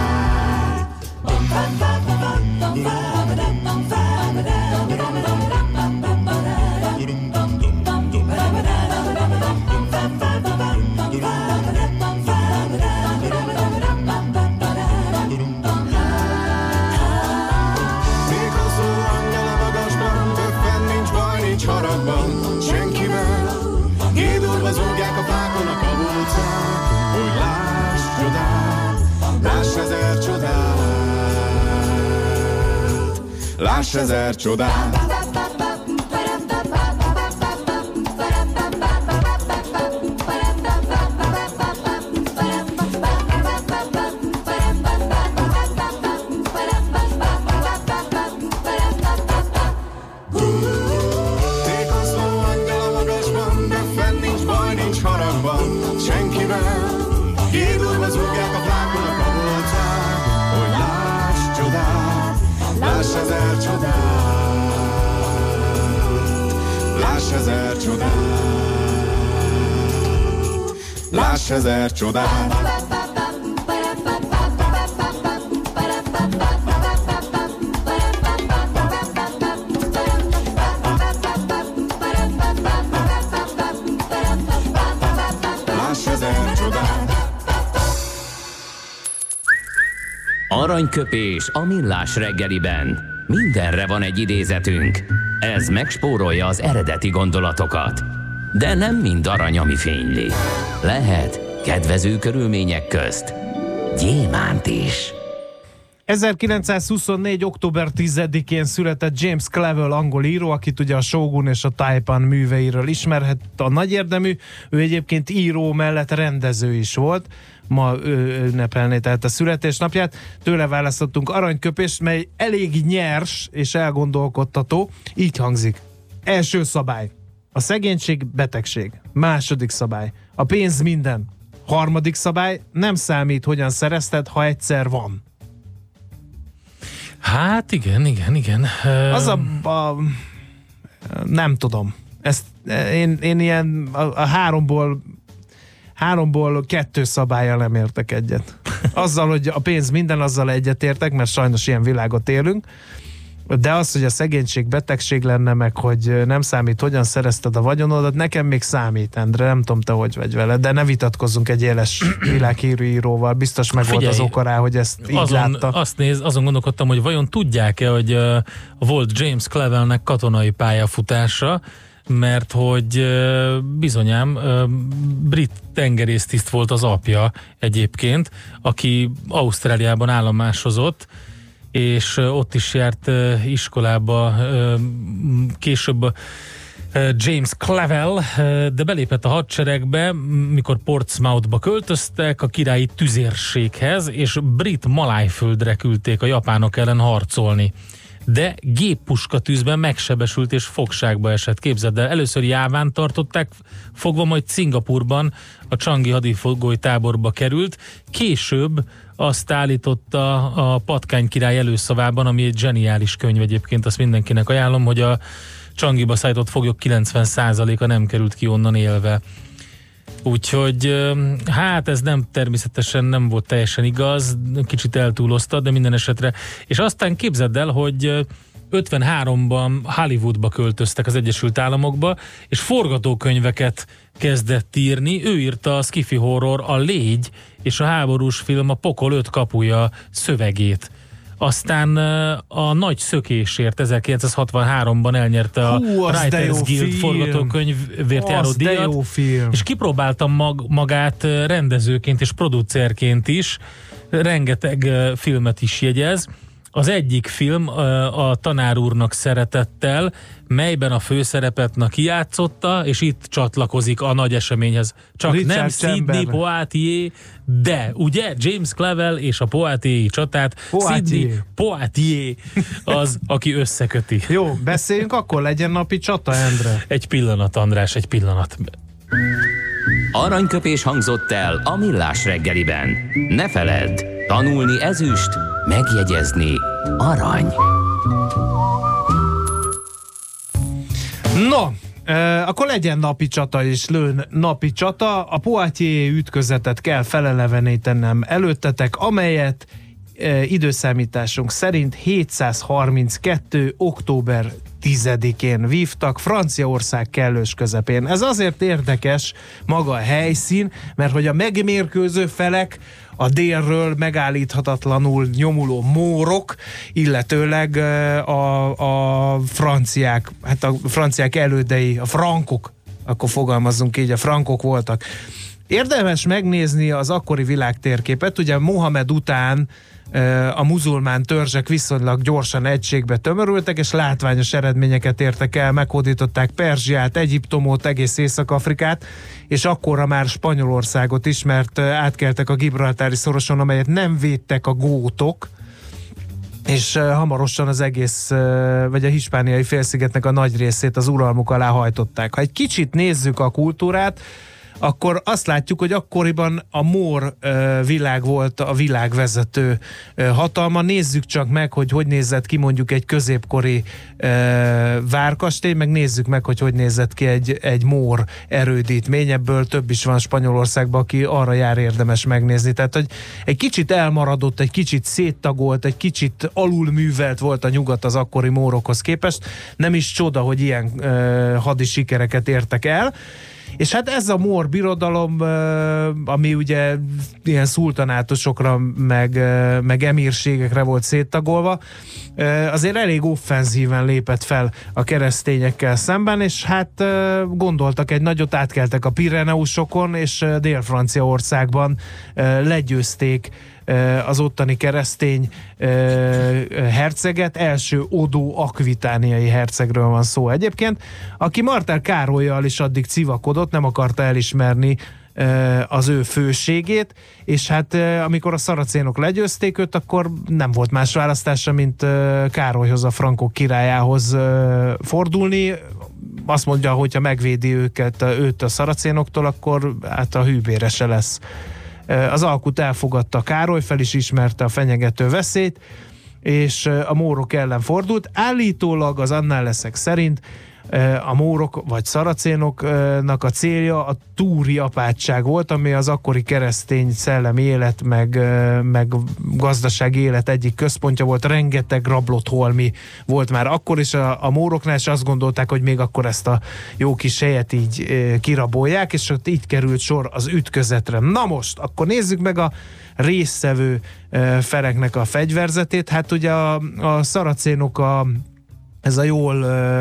Zúgják a fákon a kabolcán, hogy láss csodát, láss ezer csodát, láss ezer csodát. Láss ezer csodát. Láss ezer csodát. Aranyköpés a Millás reggeliben. Mindenre van egy idézetünk. Ez megspórolja az eredeti gondolatokat. De nem mind arany, ami fényli. Lehet kedvező körülmények közt gyémánt is. 1924. október 10-én született James Clavell angol író, akit ugye a Shogun és a Taipan műveiről ismerhet a nagy érdemű. Ő egyébként író mellett rendező is volt. Ma ő ünnepelné tehát a születésnapját. Tőle választottunk aranyköpést, mely elég nyers és elgondolkodtató. Így hangzik. Első szabály. A szegénység betegség. Második szabály. A pénz minden. Harmadik szabály. Nem számít, hogyan szerezted, ha egyszer van. Hát igen. Az nem tudom. Ezt én ilyen a háromból 2 szabállyal nem értek egyet. Azzal, hogy a pénz minden, azzal egyetértek, mert sajnos ilyen világot élünk. De az, hogy a szegénység betegség lenne, meg hogy nem számít, hogyan szerezted a vagyonodat, nekem még számít, Endre, nem tudom te, hogy vagy vele, de ne vitatkozzunk egy éles világhírű íróval, biztos meg volt az oka rá, hogy ezt így látta. Azon gondolkodtam, hogy vajon tudják-e, hogy volt James Clavellnek katonai pályafutása, mert hogy bizonyám brit tengerésztiszt volt az apja egyébként, aki Ausztráliában állomásozott, és ott is járt iskolába később James Clavell, de belépett a hadseregbe, mikor Portsmouthba költöztek a királyi tüzérséghez, és brit Malájföldre küldték a japánok ellen harcolni. De géppuska tűzben megsebesült és fogságba esett. Képzeld el, először Jáván tartották fogva, majd Szingapurban a Changi hadifogoly táborba került. Később azt állította a Patkány király előszavában, ami egy zseniális könyv egyébként, azt mindenkinek ajánlom, hogy a Changiba szállított foglyok 90%-a nem került ki onnan élve. Úgyhogy hát ez természetesen nem volt teljesen igaz, kicsit eltúlozta, de minden esetre. És aztán képzeld el, hogy 53-ban Hollywoodba költöztek az Egyesült Államokba, és forgatókönyveket kezdett írni. Ő írta a sci-fi horror A Légy és a háborús film A Pokol 5 kapuja szövegét. Aztán a Nagy szökésért 1963-ban elnyerte a Writers Guild forgatókönyvért járó díjat, és kipróbáltam magát rendezőként és producerként is, rengeteg filmet is jegyez. Az egyik film a Tanár úrnak szeretettel, melyben a főszerepet kijátszotta, és itt csatlakozik a nagy eseményhez. Csak Richard nem Sidney Poitier, de ugye James Clavell és a Poitiers csatát Sidney Poitier az, aki összeköti. Jó, beszéljünk, akkor legyen napi csata, Endre. Egy pillanat, András, egy pillanat. Aranyköpés hangzott el a Millás reggeliben. Ne feledd, tanulni ezüst, megjegyezni arany. No, akkor legyen napi csata és lőn napi csata. A Poitiers ütközetet kell felelevenítenem előttetek, amelyet időszámításunk szerint 732. október 10-én vívtak Franciaország kellős közepén. Ez azért érdekes maga a helyszín, mert hogy a megmérkőző felek a délről megállíthatatlanul nyomuló mórok, illetőleg a franciák, hát a franciák elődei, a frankok, akkor fogalmazzunk így, a frankok voltak. Érdemes megnézni az akkori világtérképet, ugye Mohamed után a muzulmán törzsek viszonylag gyorsan egységbe tömörültek, és látványos eredményeket értek el, meghódították Perzsiát, Egyiptomot, egész Észak-Afrikát, és akkorra már Spanyolországot is, mert átkeltek a Gibraltári szoroson, amelyet nem védtek a gótok, és hamarosan az egész, vagy a hispániai félszigetnek a nagy részét az uralmuk alá hajtották. Ha egy kicsit nézzük a kultúrát, akkor azt látjuk, hogy akkoriban a mór világ volt a világvezető hatalma. Nézzük csak meg, hogy nézett ki mondjuk egy középkori várkastély, meg nézzük meg, hogy nézett ki egy mór erődítmény. Ebből több is van Spanyolországban, aki arra jár érdemes megnézni. Tehát, hogy egy kicsit elmaradott, egy kicsit széttagolt, egy kicsit alulművelt volt a nyugat az akkori mórokhoz képest. Nem is csoda, hogy ilyen hadi sikereket értek el. És hát ez a mór birodalom, ami ugye ilyen szultanátusokra, meg emírségekre volt széttagolva, azért elég offenzíven lépett fel a keresztényekkel szemben, és hát gondoltak egy nagyot, átkeltek a Pireneusokon, és Dél-Franciaországban legyőzték az ottani keresztény herceget, első Odo akvitániai hercegről van szó egyébként, aki Martel Károllyal is addig civakodott, nem akarta elismerni az ő főségét, és hát amikor a szaracénok legyőzték őt, akkor nem volt más választása, mint Károlyhoz, a frankok királyához fordulni. Azt mondja, hogyha megvédi őt a szaracénoktól, akkor hát a hűbérese lesz. Az alkut elfogadta Károly, fel is ismerte a fenyegető veszélyt, és a mórok ellen fordult. Állítólag az Annáleszek szerint a mórok vagy szaracénoknak a célja a túri apátság volt, ami az akkori keresztény szellemi élet meg gazdasági élet egyik központja volt. Rengeteg rablott holmi volt már akkor is a móroknál, és azt gondolták, hogy még akkor ezt a jó kis helyet így kirabolják, és ott így került sor az ütközetre. Na most, akkor nézzük meg a résztvevő feleknek a fegyverzetét. Hát ugye a szaracénok ez a jól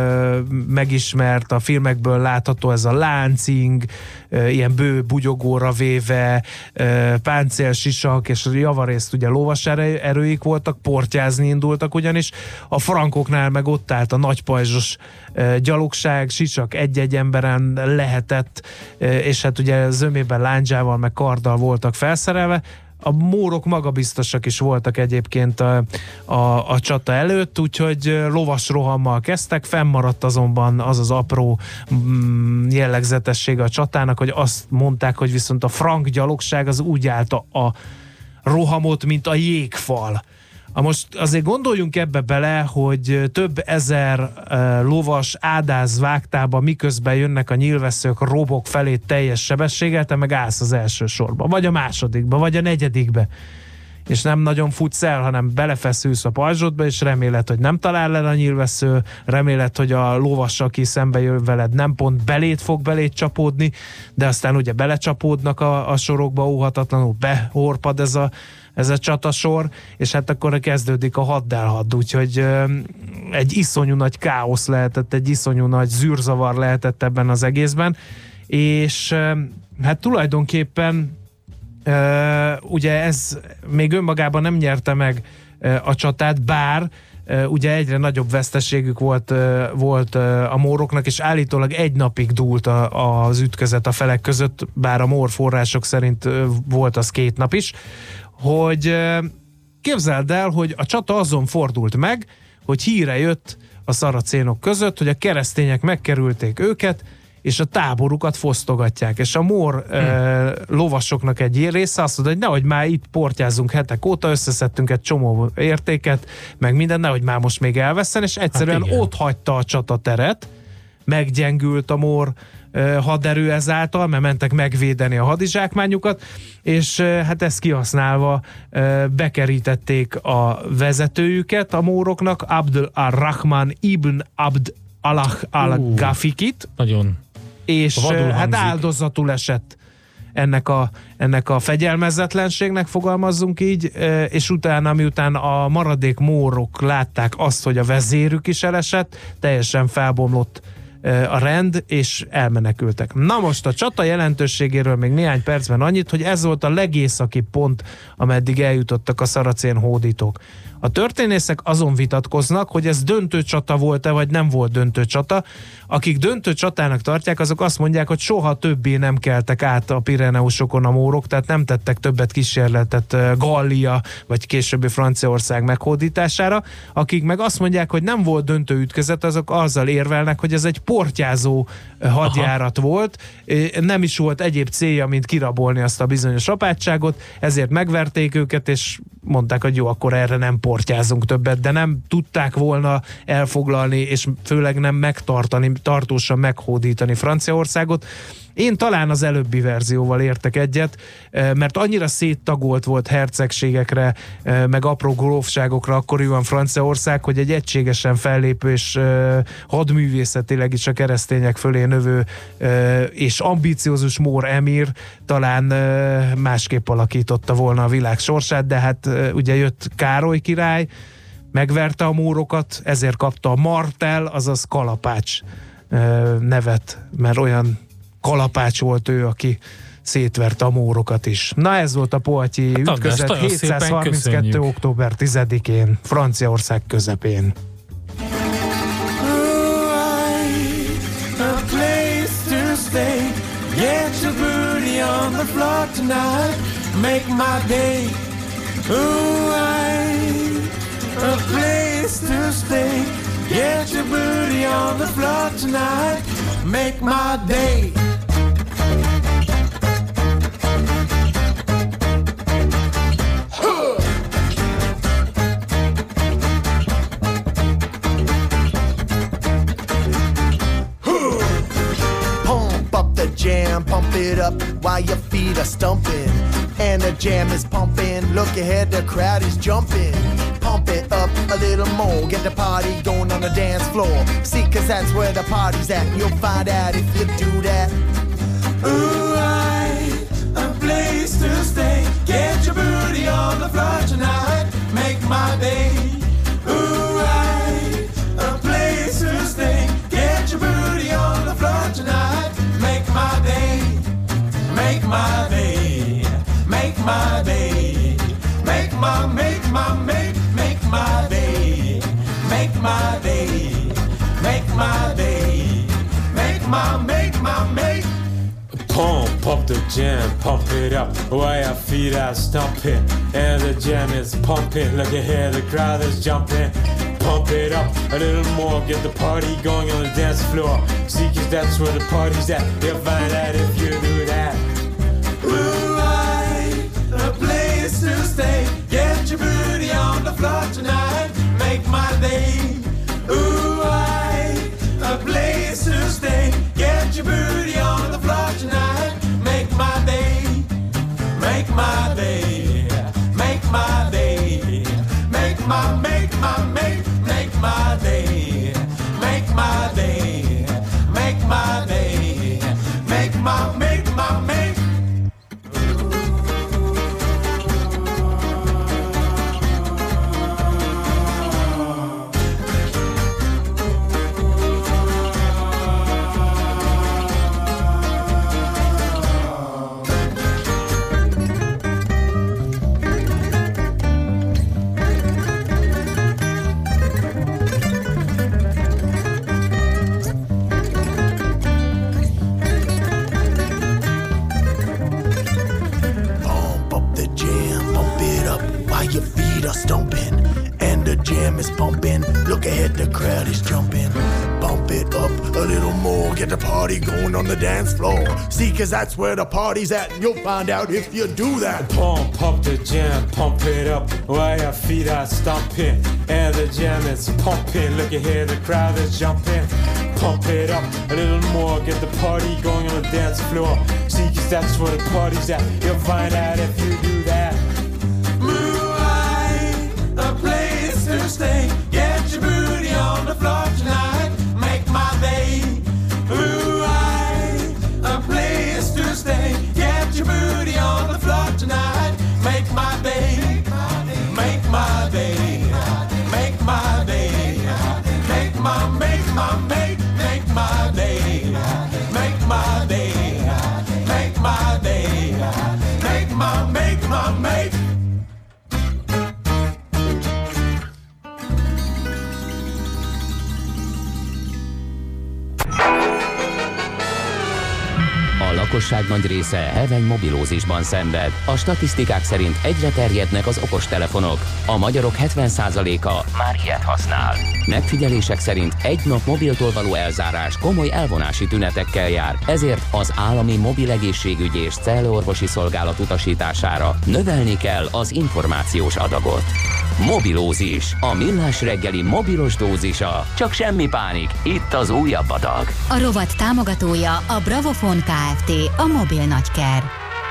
megismert, a filmekből látható ez a láncing, ilyen bő bugyogóra véve, páncélsisak, és javarészt ugye lovas erőik voltak, portyázni indultak ugyanis. A frankoknál meg ott állt a nagypajzsos gyalogság, sisak egy-egy emberen lehetett, és hát ugye zömében lándzsával meg karddal voltak felszerelve. A mórok magabiztosak is voltak egyébként a csata előtt, úgyhogy lovas rohammal kezdtek, fennmaradt azonban az az apró jellegzetessége a csatának, hogy azt mondták, hogy viszont a frank gyalogság az úgy állt a rohamot, mint a jégfal. Most azért gondoljunk ebbe bele, hogy több ezer lovas ádáz vágtába, miközben jönnek a nyílvesszők robok felé teljes sebességgel, te meg állsz az első sorba, vagy a másodikba, vagy a negyedikbe. És nem nagyon futsz el, hanem belefeszülsz a pajzsodba, és reméled, hogy nem talál el a nyílvessző, reméled, hogy a lovas, aki szembe jön veled, nem pont belét csapódni, de aztán ugye belecsapódnak a sorokba óhatatlanul, behorpad ez a csatasor, és hát akkor kezdődik a haddelhadd, úgyhogy egy iszonyú nagy káosz lehetett, egy iszonyú nagy zűrzavar lehetett ebben az egészben, és hát tulajdonképpen ugye ez még önmagában nem nyerte meg a csatát, bár ugye egyre nagyobb veszteségük volt a móroknak, és állítólag egy napig dúlt az ütközet a felek között, bár a mór források szerint volt az 2 nap is, hogy képzeld el, hogy a csata azon fordult meg, hogy híre jött a szaracénok között, hogy a keresztények megkerülték őket, és a táborukat fosztogatják, és a mór lovasoknak egy része azt mondta, hogy nehogy már itt portyázunk hetek óta, összeszedtünk egy csomó értéket, meg minden, nehogy már most még elveszten, és egyszerűen ott hagyta a csatateret, meggyengült a mór haderő ezáltal, mert mentek megvédeni a hadizsákmányukat, és hát ezt kihasználva bekerítették a vezetőjüket a móroknak, Abd al-Rahman ibn Abd Allah al-Gafikit, nagyon és hát áldozatul esett ennek a fegyelmezetlenségnek, fogalmazzunk így, és utána, miután a maradék mórok látták azt, hogy a vezérük is elesett, teljesen felbomlott a rend, és elmenekültek. Na most a csata jelentőségéről még néhány percben annyit, hogy ez volt a legészakibb pont, ameddig eljutottak a szaracén hódítók. A történészek azon vitatkoznak, hogy ez döntő csata volt-e, vagy nem volt döntő csata. Akik döntő csatának tartják, azok azt mondják, hogy soha többé nem keltek át a Pireneusokon a mórok, tehát nem tettek többet kísérletet Gallia, vagy későbbi Franciaország meghódítására. Akik meg azt mondják, hogy nem volt döntő ütközet, azok azzal érvelnek, hogy ez egy portyázó hadjárat volt, nem is volt egyéb célja, mint kirabolni azt a bizonyos apátságot, ezért megverték őket, és mondták, hogy jó, akkor erre nem portyázunk többet, de nem tudták volna elfoglalni, és főleg nem megtartani, tartósan meghódítani Franciaországot. Én talán az előbbi verzióval értek egyet, mert annyira széttagolt volt hercegségekre, meg apró grófságokra akkoriban Franciaország, hogy egy egységesen fellépő és hadművészetileg is a keresztények fölé növő és ambiciózus mór emír talán másképp alakította volna a világ sorsát, de hát ugye jött Károly király, megverte a mórokat, ezért kapta a Martel, azaz kalapács nevet, mert olyan kalapács volt ő, aki szétverte a mórokat is. Na ez volt a Poatyi ütközet nagyon szépen 732. köszönjük. október 10-én, Franciaország közepén. A place to stay. Get your booty on the floor tonight. Make my day. Ooh, a place to stay. Get your booty on the floor tonight. Make my day. Jam, pump it up while your feet are stumping. And the jam is pumping. Look ahead, the crowd is jumping. Pump it up a little more. Get the party going on the dance floor. See, cause that's where the party's at. You'll find out if you do that. Ooh, a place to stay. Get your booty on the floor tonight. Make my day. Ooh, a place to stay. Get your booty on the floor tonight. Make my day, make my day, make my day, make my day, make my day, make my day, make my. Pump up the jam, pump it up while your feet are stomping. And the jam is pumping, look ahead, the crowd is jumping. Pump it up a little more, get the party going on the dance floor. See, cause that's where the party's at. You'll find out if you do that. Ooh, a place to stay. Get your booty on the floor tonight. Make my day. Ooh, a place to stay. Get your booty on the floor tonight. Make my day. Make my day. Make my day. Make my day. Make my day. Make my day. Make my day. Make my. Stomping and the jam is pumping. Look ahead, the crowd is jumping. Bump it up a little more. Get the party going on the dance floor. See, cause that's where the party's at. And you'll find out if you do that. Pump up the jam, pump it up while your feet are stomping. And the jam is pumping. Look ahead, the crowd is jumping. Pump it up a little more. Get the party going on the dance floor. See, cause that's where the party's at. You'll find out if you do that. A place to stay. Get your booty on the floor tonight. Make my day. Ooh, a place to stay. Get your booty on the floor tonight. Make my day. Make my day. Make my day. Make my day. Make my day. Make my day. Make my day. Make my. A lakosság nagy része heveny mobilózisban szenved. A statisztikák szerint egyre terjednek az okostelefonok. A magyarok 70%-a már ilyet használ. Megfigyelések szerint egy nap mobiltól való elzárás komoly elvonási tünetekkel jár, ezért az állami mobil egészségügyi és cellorvosi szolgálat utasítására növelni kell az információs adagot. Mobilózis, a millás reggeli mobilos dózisa. Csak semmi pánik, itt az újabb adag. A rovat támogatója a Bravofon Kft. A mobil nagyker.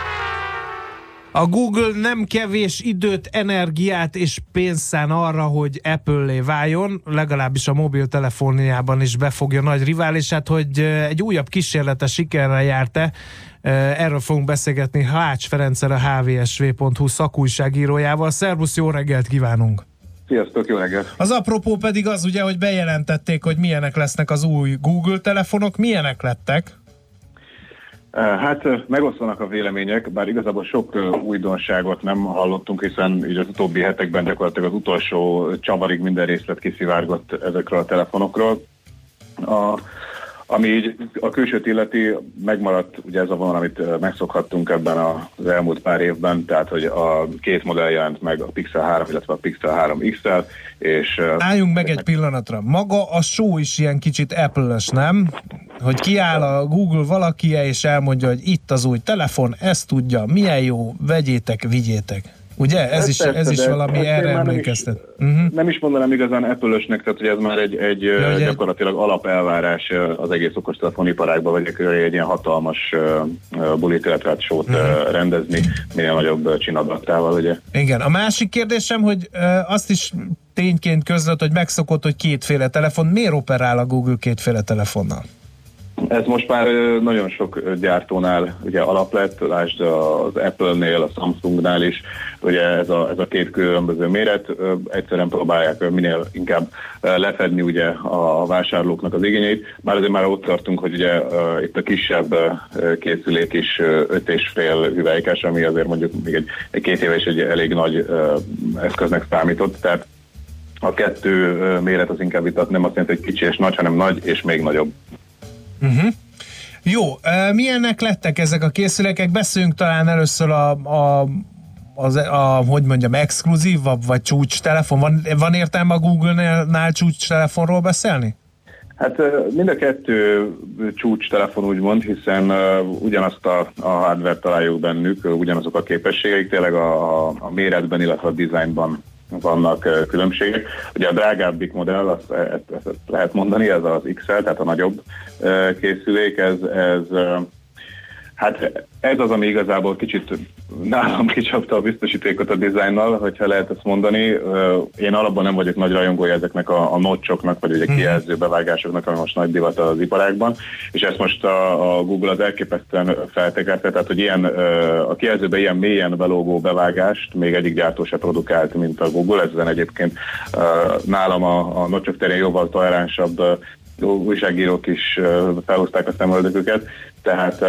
A Google nem kevés időt, energiát és pénzt szán arra, hogy Apple-lé váljon, legalábbis a mobiltelefonjában is befogja nagy riválisát, hogy egy újabb kísérlete sikerrel járt-e. Erről fogunk beszélgetni Hács Ferenccel, a hvsv.hu szakújságírójával. Szervusz, jó reggelt kívánunk! Sziasztok, jó reggelt! Az apropó pedig az ugye, hogy bejelentették, hogy milyenek lesznek az új Google telefonok. Milyenek lettek? Hát megoszlanak a vélemények, bár igazából sok újdonságot nem hallottunk, hiszen így az utóbbi hetekben gyakorlatilag az utolsó csavarig minden részlet kiszivárgott ezekről a telefonokról. Ami így a külsőt illeti, megmaradt ugye ez a vonal, amit megszokhattunk ebben az elmúlt pár évben, tehát hogy a két modell jelent meg, a Pixel 3, illetve a Pixel 3 XL, és... Álljunk meg egy pillanatra. Maga a show is ilyen kicsit Apple-ös, nem? Hogy kiáll a Google valakie, és elmondja, hogy itt az új telefon, ezt tudja, milyen jó, vegyétek, vigyétek. Ugye? Ez is valami erre emlékeztet. Nem is mondanám igazán Apple-ösnek, tehát hogy ez már egy gyakorlatilag alapelvárás az egész okostelefonipárágban, vagy egy ilyen hatalmas bulit, illetve show-t rendezni, minél nagyobb csinadatával, ugye? Igen. A másik kérdésem, hogy azt is tényként közölt, hogy megszokott, hogy kétféle telefon. Miért operál a Google kétféle telefonnal? Ez most már nagyon sok gyártónál ugye alap lett, lásd az Apple-nél, a Samsungnál is, ugye ez a két különböző méret, egyszerűen próbálják minél inkább lefedni ugye a vásárlóknak az igényeit. Már azért már ott tartunk, hogy ugye itt a kisebb készülék is 5,5 hüvelykes, ami azért mondjuk még egy 2 éve is egy elég nagy eszköznek számított, tehát a kettő méret az inkább itt nem azt jelenti, hogy kicsi és nagy, hanem nagy és még nagyobb. Jó, milyenek lettek ezek a készülékek? Beszéljünk talán először hogy mondjam, exkluzívabb vagy csúcs telefon. Van értelme a Google-nál csúcs telefonról beszélni? Hát mind a kettő csúcs telefon úgymond, hiszen ugyanazt a hardware találjuk bennük, ugyanazok a képességeik, tényleg a méretben, illetve a dizájnban vannak különbségek. Ugye a drágábbik modell, ezt lehet mondani, ez az XL, tehát a nagyobb készülék, ez az, ami igazából kicsit nálam kicsapta a biztosítékot a dizájnnal, hogyha lehet ezt mondani. Én alapban nem vagyok nagy rajongója ezeknek a notchoknak, vagy ugye kijelző bevágásoknak, ami most nagy divat az iparágban, és ezt most a Google az elképesztően feltekerte, tehát hogy a kijelzőben ilyen mélyen belógó bevágást még egyik gyártó se produkált, mint a Google. Ezen egyébként nálam a notchok terén jóval toleránsabb újságírók is felhozták a szemöldöküket, tehát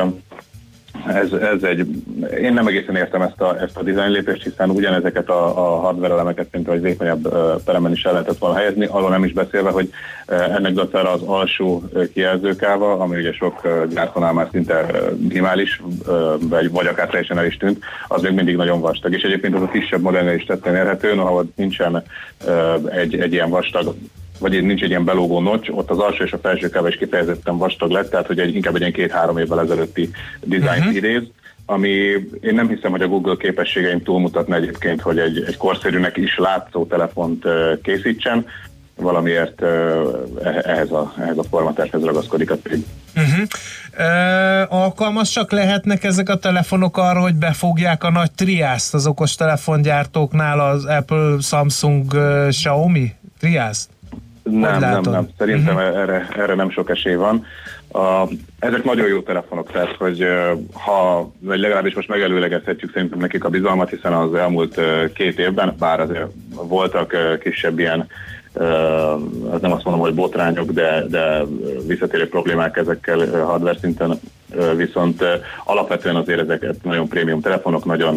én nem egészen értem ezt a design lépést, hiszen ugyanezeket a hardware elemeket szinte egy vékonyabb peremen is el lehetett volna helyezni, arról nem is beszélve, hogy ennek dacára az alsó kijelzőkáva, ami ugye sok gyártónál már szinte minimális, vagy akár teljesen el is tűnt, az még mindig nagyon vastag. És egyébként az a kisebb modellnél is tetten érhető, noha nincsen egy ilyen vastag, vagy nincs egy ilyen belógó notch, ott az alsó és a felső káva is kifejezetten vastag lett, tehát hogy inkább egy ilyen 2-3 évvel ezelőtti dizájnt idéz, ami én nem hiszem, hogy a Google képességeim túlmutatna egyébként, hogy egy korszerűnek is látszó telefont készítsen, valamiért ehhez a formatáshoz ragaszkodik a cég. Alkalmasak lehetnek ezek a telefonok arra, hogy befogják a nagy triászt az okostelefongyártóknál, az Apple, Samsung, Xiaomi triászt? Nem. Szerintem erre nem sok esély van. Ezek nagyon jó telefonok, tehát hogy vagy legalábbis most megelőlegezhetjük szerintem nekik a bizalmat, hiszen az elmúlt 2 évben, bár azért voltak kisebb ilyen, nem azt mondom, hogy botrányok, de visszatérő problémák ezekkel hardware szinten, viszont alapvetően azért ezeket nagyon prémium telefonok, nagyon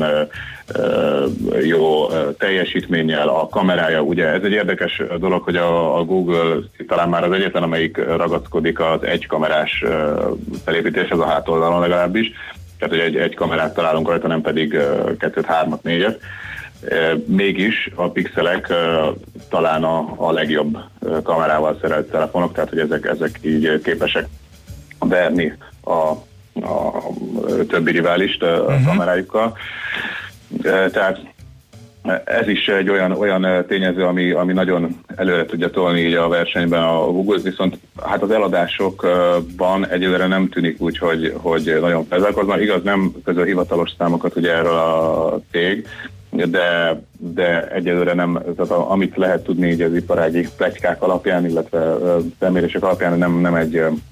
jó teljesítménnyel, a kamerája, ugye ez egy érdekes dolog, hogy a Google talán már az egyetlen, amelyik ragaszkodik az egykamerás felépítéshez a hátoldalon legalábbis, tehát hogy egy kamerát találunk rajta, nem pedig 2-t, 3-at, 4-et. Mégis a pixelek talán a legjobb kamerával szerelt telefonok, tehát hogy ezek így képesek verni a többi riválist a kamerájukkal. Tehát ez is egy olyan tényező, ami nagyon előre tudja tolni így a versenyben a Google, viszont hát az eladásokban egyelőre nem tűnik úgy, hogy nagyon felzárkoznak. Igaz, nem közöl hivatalos számokat ugye erről a cég, de egyelőre nem, tehát amit lehet tudni így az iparági pletykák alapján, illetve felmérések alapján nem egy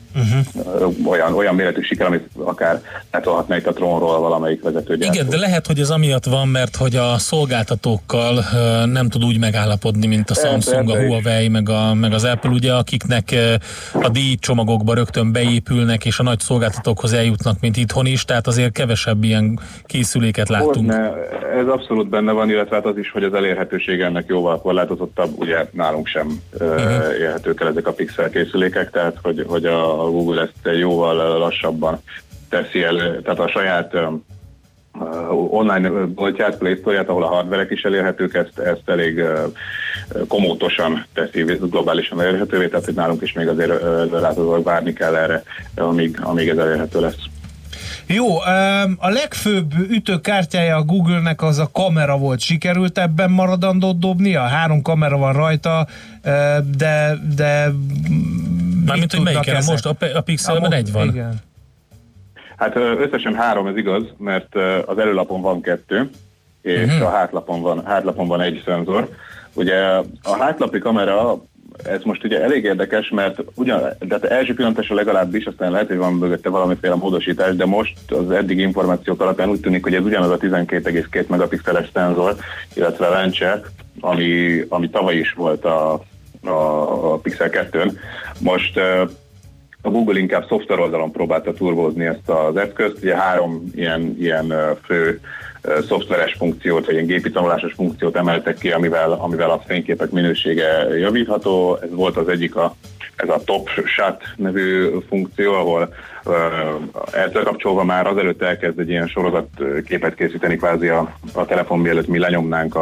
olyan méretű siker, amit akár letolhatna itt a trónról valamelyik vezetőgyártó. Igen, de lehet, hogy ez amiatt van, mert hogy a szolgáltatókkal nem tud úgy megállapodni, mint a Samsung, a Huawei, meg az Apple, ugye, akiknek a díjcsomagokba rögtön beépülnek, és a nagy szolgáltatókhoz eljutnak, mint itthon is, tehát azért kevesebb ilyen készüléket láttunk. Ez abszolút benne van, illetve hát az is, hogy az elérhetőség ennek jóval korlátozottabb, ugye nálunk sem érhetők el ezek a Pixel készülékek, tehát hogy a Google ezt jóval lassabban teszi el, tehát a saját online boltját, Play Store-ját, ahol a hardverek is elérhetők, ezt elég komótosan teszi globálisan elérhetővé, tehát hogy nálunk is még azért láthatóan várni kell erre, amíg ez elérhető lesz. Jó, a legfőbb ütőkártyája a Google-nek az a kamera volt. Sikerült ebben maradandót dobnia? 3 kamera van rajta, de mármint, hogy melyiken? Most a Pixelben 1 van. Igen. Hát összesen 3, ez igaz, mert az előlapon van 2, és a hátlapon van 1 szenzor. Ugye a hátlapi kamera, ez most ugye elég érdekes, mert de első pillantásra legalábbis, aztán lehet, hogy van mögötte valamiféle módosítás, de most az eddig információk alapján úgy tűnik, hogy ez ugyanaz a 12,2 megapixeles szenzor, illetve lencse, ami tavaly is volt a Pixel 2-n. Most a Google inkább szoftver oldalon próbálta turbózni ezt az eszközt. Ugye 3 ilyen fő szoftveres funkciót, vagy ilyen gépi tanulásos funkciót emeltek ki, amivel a fényképek minősége javítható. Ez volt az egyik ez a Top Shot nevű funkció, ahol ezzel kapcsolva már azelőtt elkezd egy ilyen sorozatképet készíteni kvázi a telefon, mielőtt mi lenyomnánk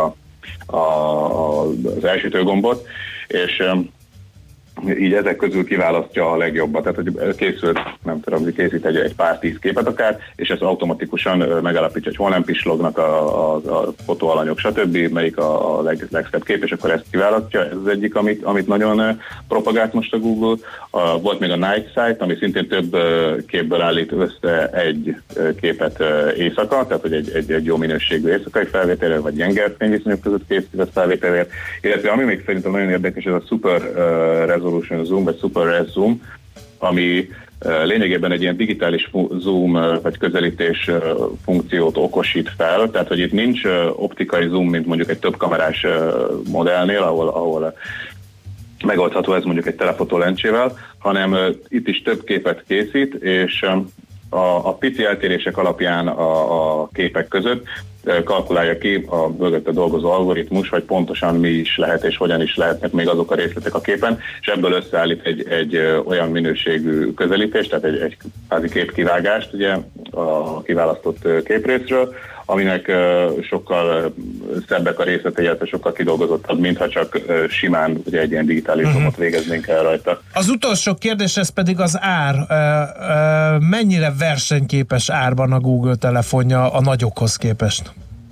az elsütőgombot, és így ezek közül kiválasztja a legjobbat. Tehát, hogy készít egy pár 10 képet akár, és ezt automatikusan megállapítja, hogy hol nem pislognak a fotóalanyok, stb., melyik a legszebb kép, és akkor ezt kiválasztja. Ez az egyik, amit nagyon propagált most a Google. Volt még a Night Sight, ami szintén több képből állít össze egy képet éjszaka, tehát hogy egy jó minőségű éjszakai felvételért, vagy gyenge fényviszonyok között készített felvételért, illetve ami még szerintem nagyon érdekes, ez a Super Resolution Zoom, vagy Super Res Zoom, ami lényegében egy ilyen digitális zoom vagy közelítés funkciót okosít fel, tehát hogy itt nincs optikai zoom, mint mondjuk egy több kamerás modellnél, ahol megoldható ez mondjuk egy telefotó lencsével, hanem itt is több képet készít, és a pici eltérések alapján a képek között kalkulálja ki a mögötte dolgozó algoritmus, hogy pontosan mi is lehet és hogyan is lehetnek még azok a részletek a képen, és ebből összeállít egy olyan minőségű közelítést, tehát egy kvázi képkivágást ugye a kiválasztott képrészről, aminek sokkal szebbek a részletei, illetve sokkal kidolgozottabb, mintha csak simán ugye egy ilyen digitális zoomot végeznénk el rajta. Az utolsó kérdés, ez pedig az ár. Mennyire versenyképes árban a Google telefonja a nagyokhoz képest?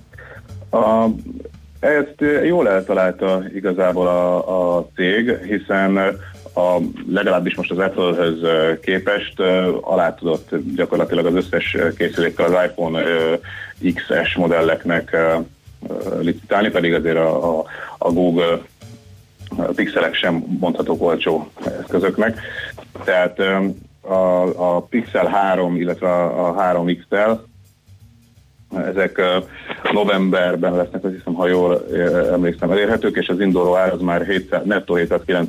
Ezt jól eltalálta igazából a cég, hiszen legalábbis most az Apple-höz képest alá tudott gyakorlatilag az összes készülékkel az iPhone XS modelleknek licitálni, pedig azért a Google pixelek sem mondhatók olcsó eszközöknek. Tehát a Pixel 3, illetve a 3 XL, ezek novemberben lesznek, azt hiszem, ha jól emlékszem, elérhetők, és az induló ár az már nettó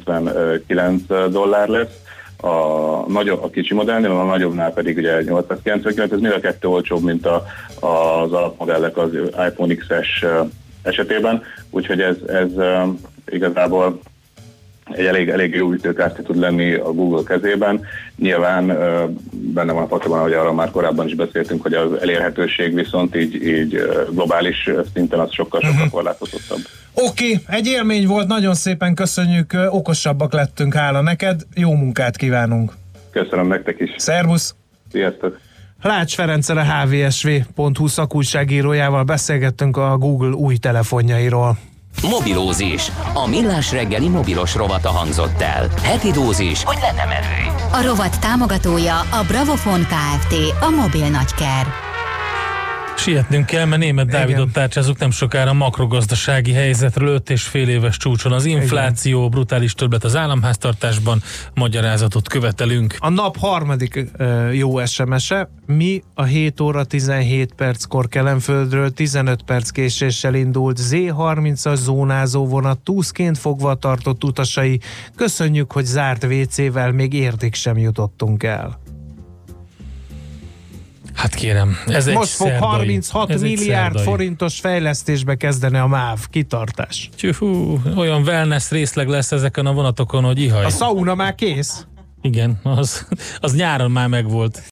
$799 lesz. A kicsi modellnél, a nagyobbnál pedig ugye 899, ez mind a kettő olcsóbb, mint az alapmodellek az iPhone XS esetében, úgyhogy ez igazából egy elég jó ütőkártya tud lenni a Google kezében. Nyilván benne van a pakliban, hogy arról már korábban is beszéltünk, hogy az elérhetőség viszont így globális szinten az sokkal korlátozottabb. Oké, egy élmény volt, nagyon szépen köszönjük, okosabbak lettünk, hála neked, jó munkát kívánunk! Köszönöm nektek is! Szervusz! Sziasztok! Lács Ferenccel, a hvsv.hu szakújságírójával beszélgettünk a Google új telefonjairól. Mobilózis. A millás reggeli mobilos rovata hangzott el. Heti dózis, hogy lenne merő. A rovat támogatója a Bravofon Kft. A mobil nagyker. Sietnünk kell, mert Németh Dávidot tárcsázunk nem sokára makrogazdasági helyzetről, 5,5 éves csúcson az infláció, igen. Brutális többlet az államháztartásban, magyarázatot követelünk. A nap harmadik jó SMS-e, mi a 7 óra 17 perckor Kelenföldről 15 perc késéssel indult Z30-as zónázó vonat túszként fogva tartott utasai. Köszönjük, hogy zárt WC-vel még érdig sem jutottunk el. Hát kérem, ez most fog szerdai, 36 milliárd forintos fejlesztésbe kezdeni a MÁV, kitartás. Hú, olyan wellness részleg lesz ezeken a vonatokon, hogy ihaj. A szauna már kész. Igen, az nyáron már megvolt.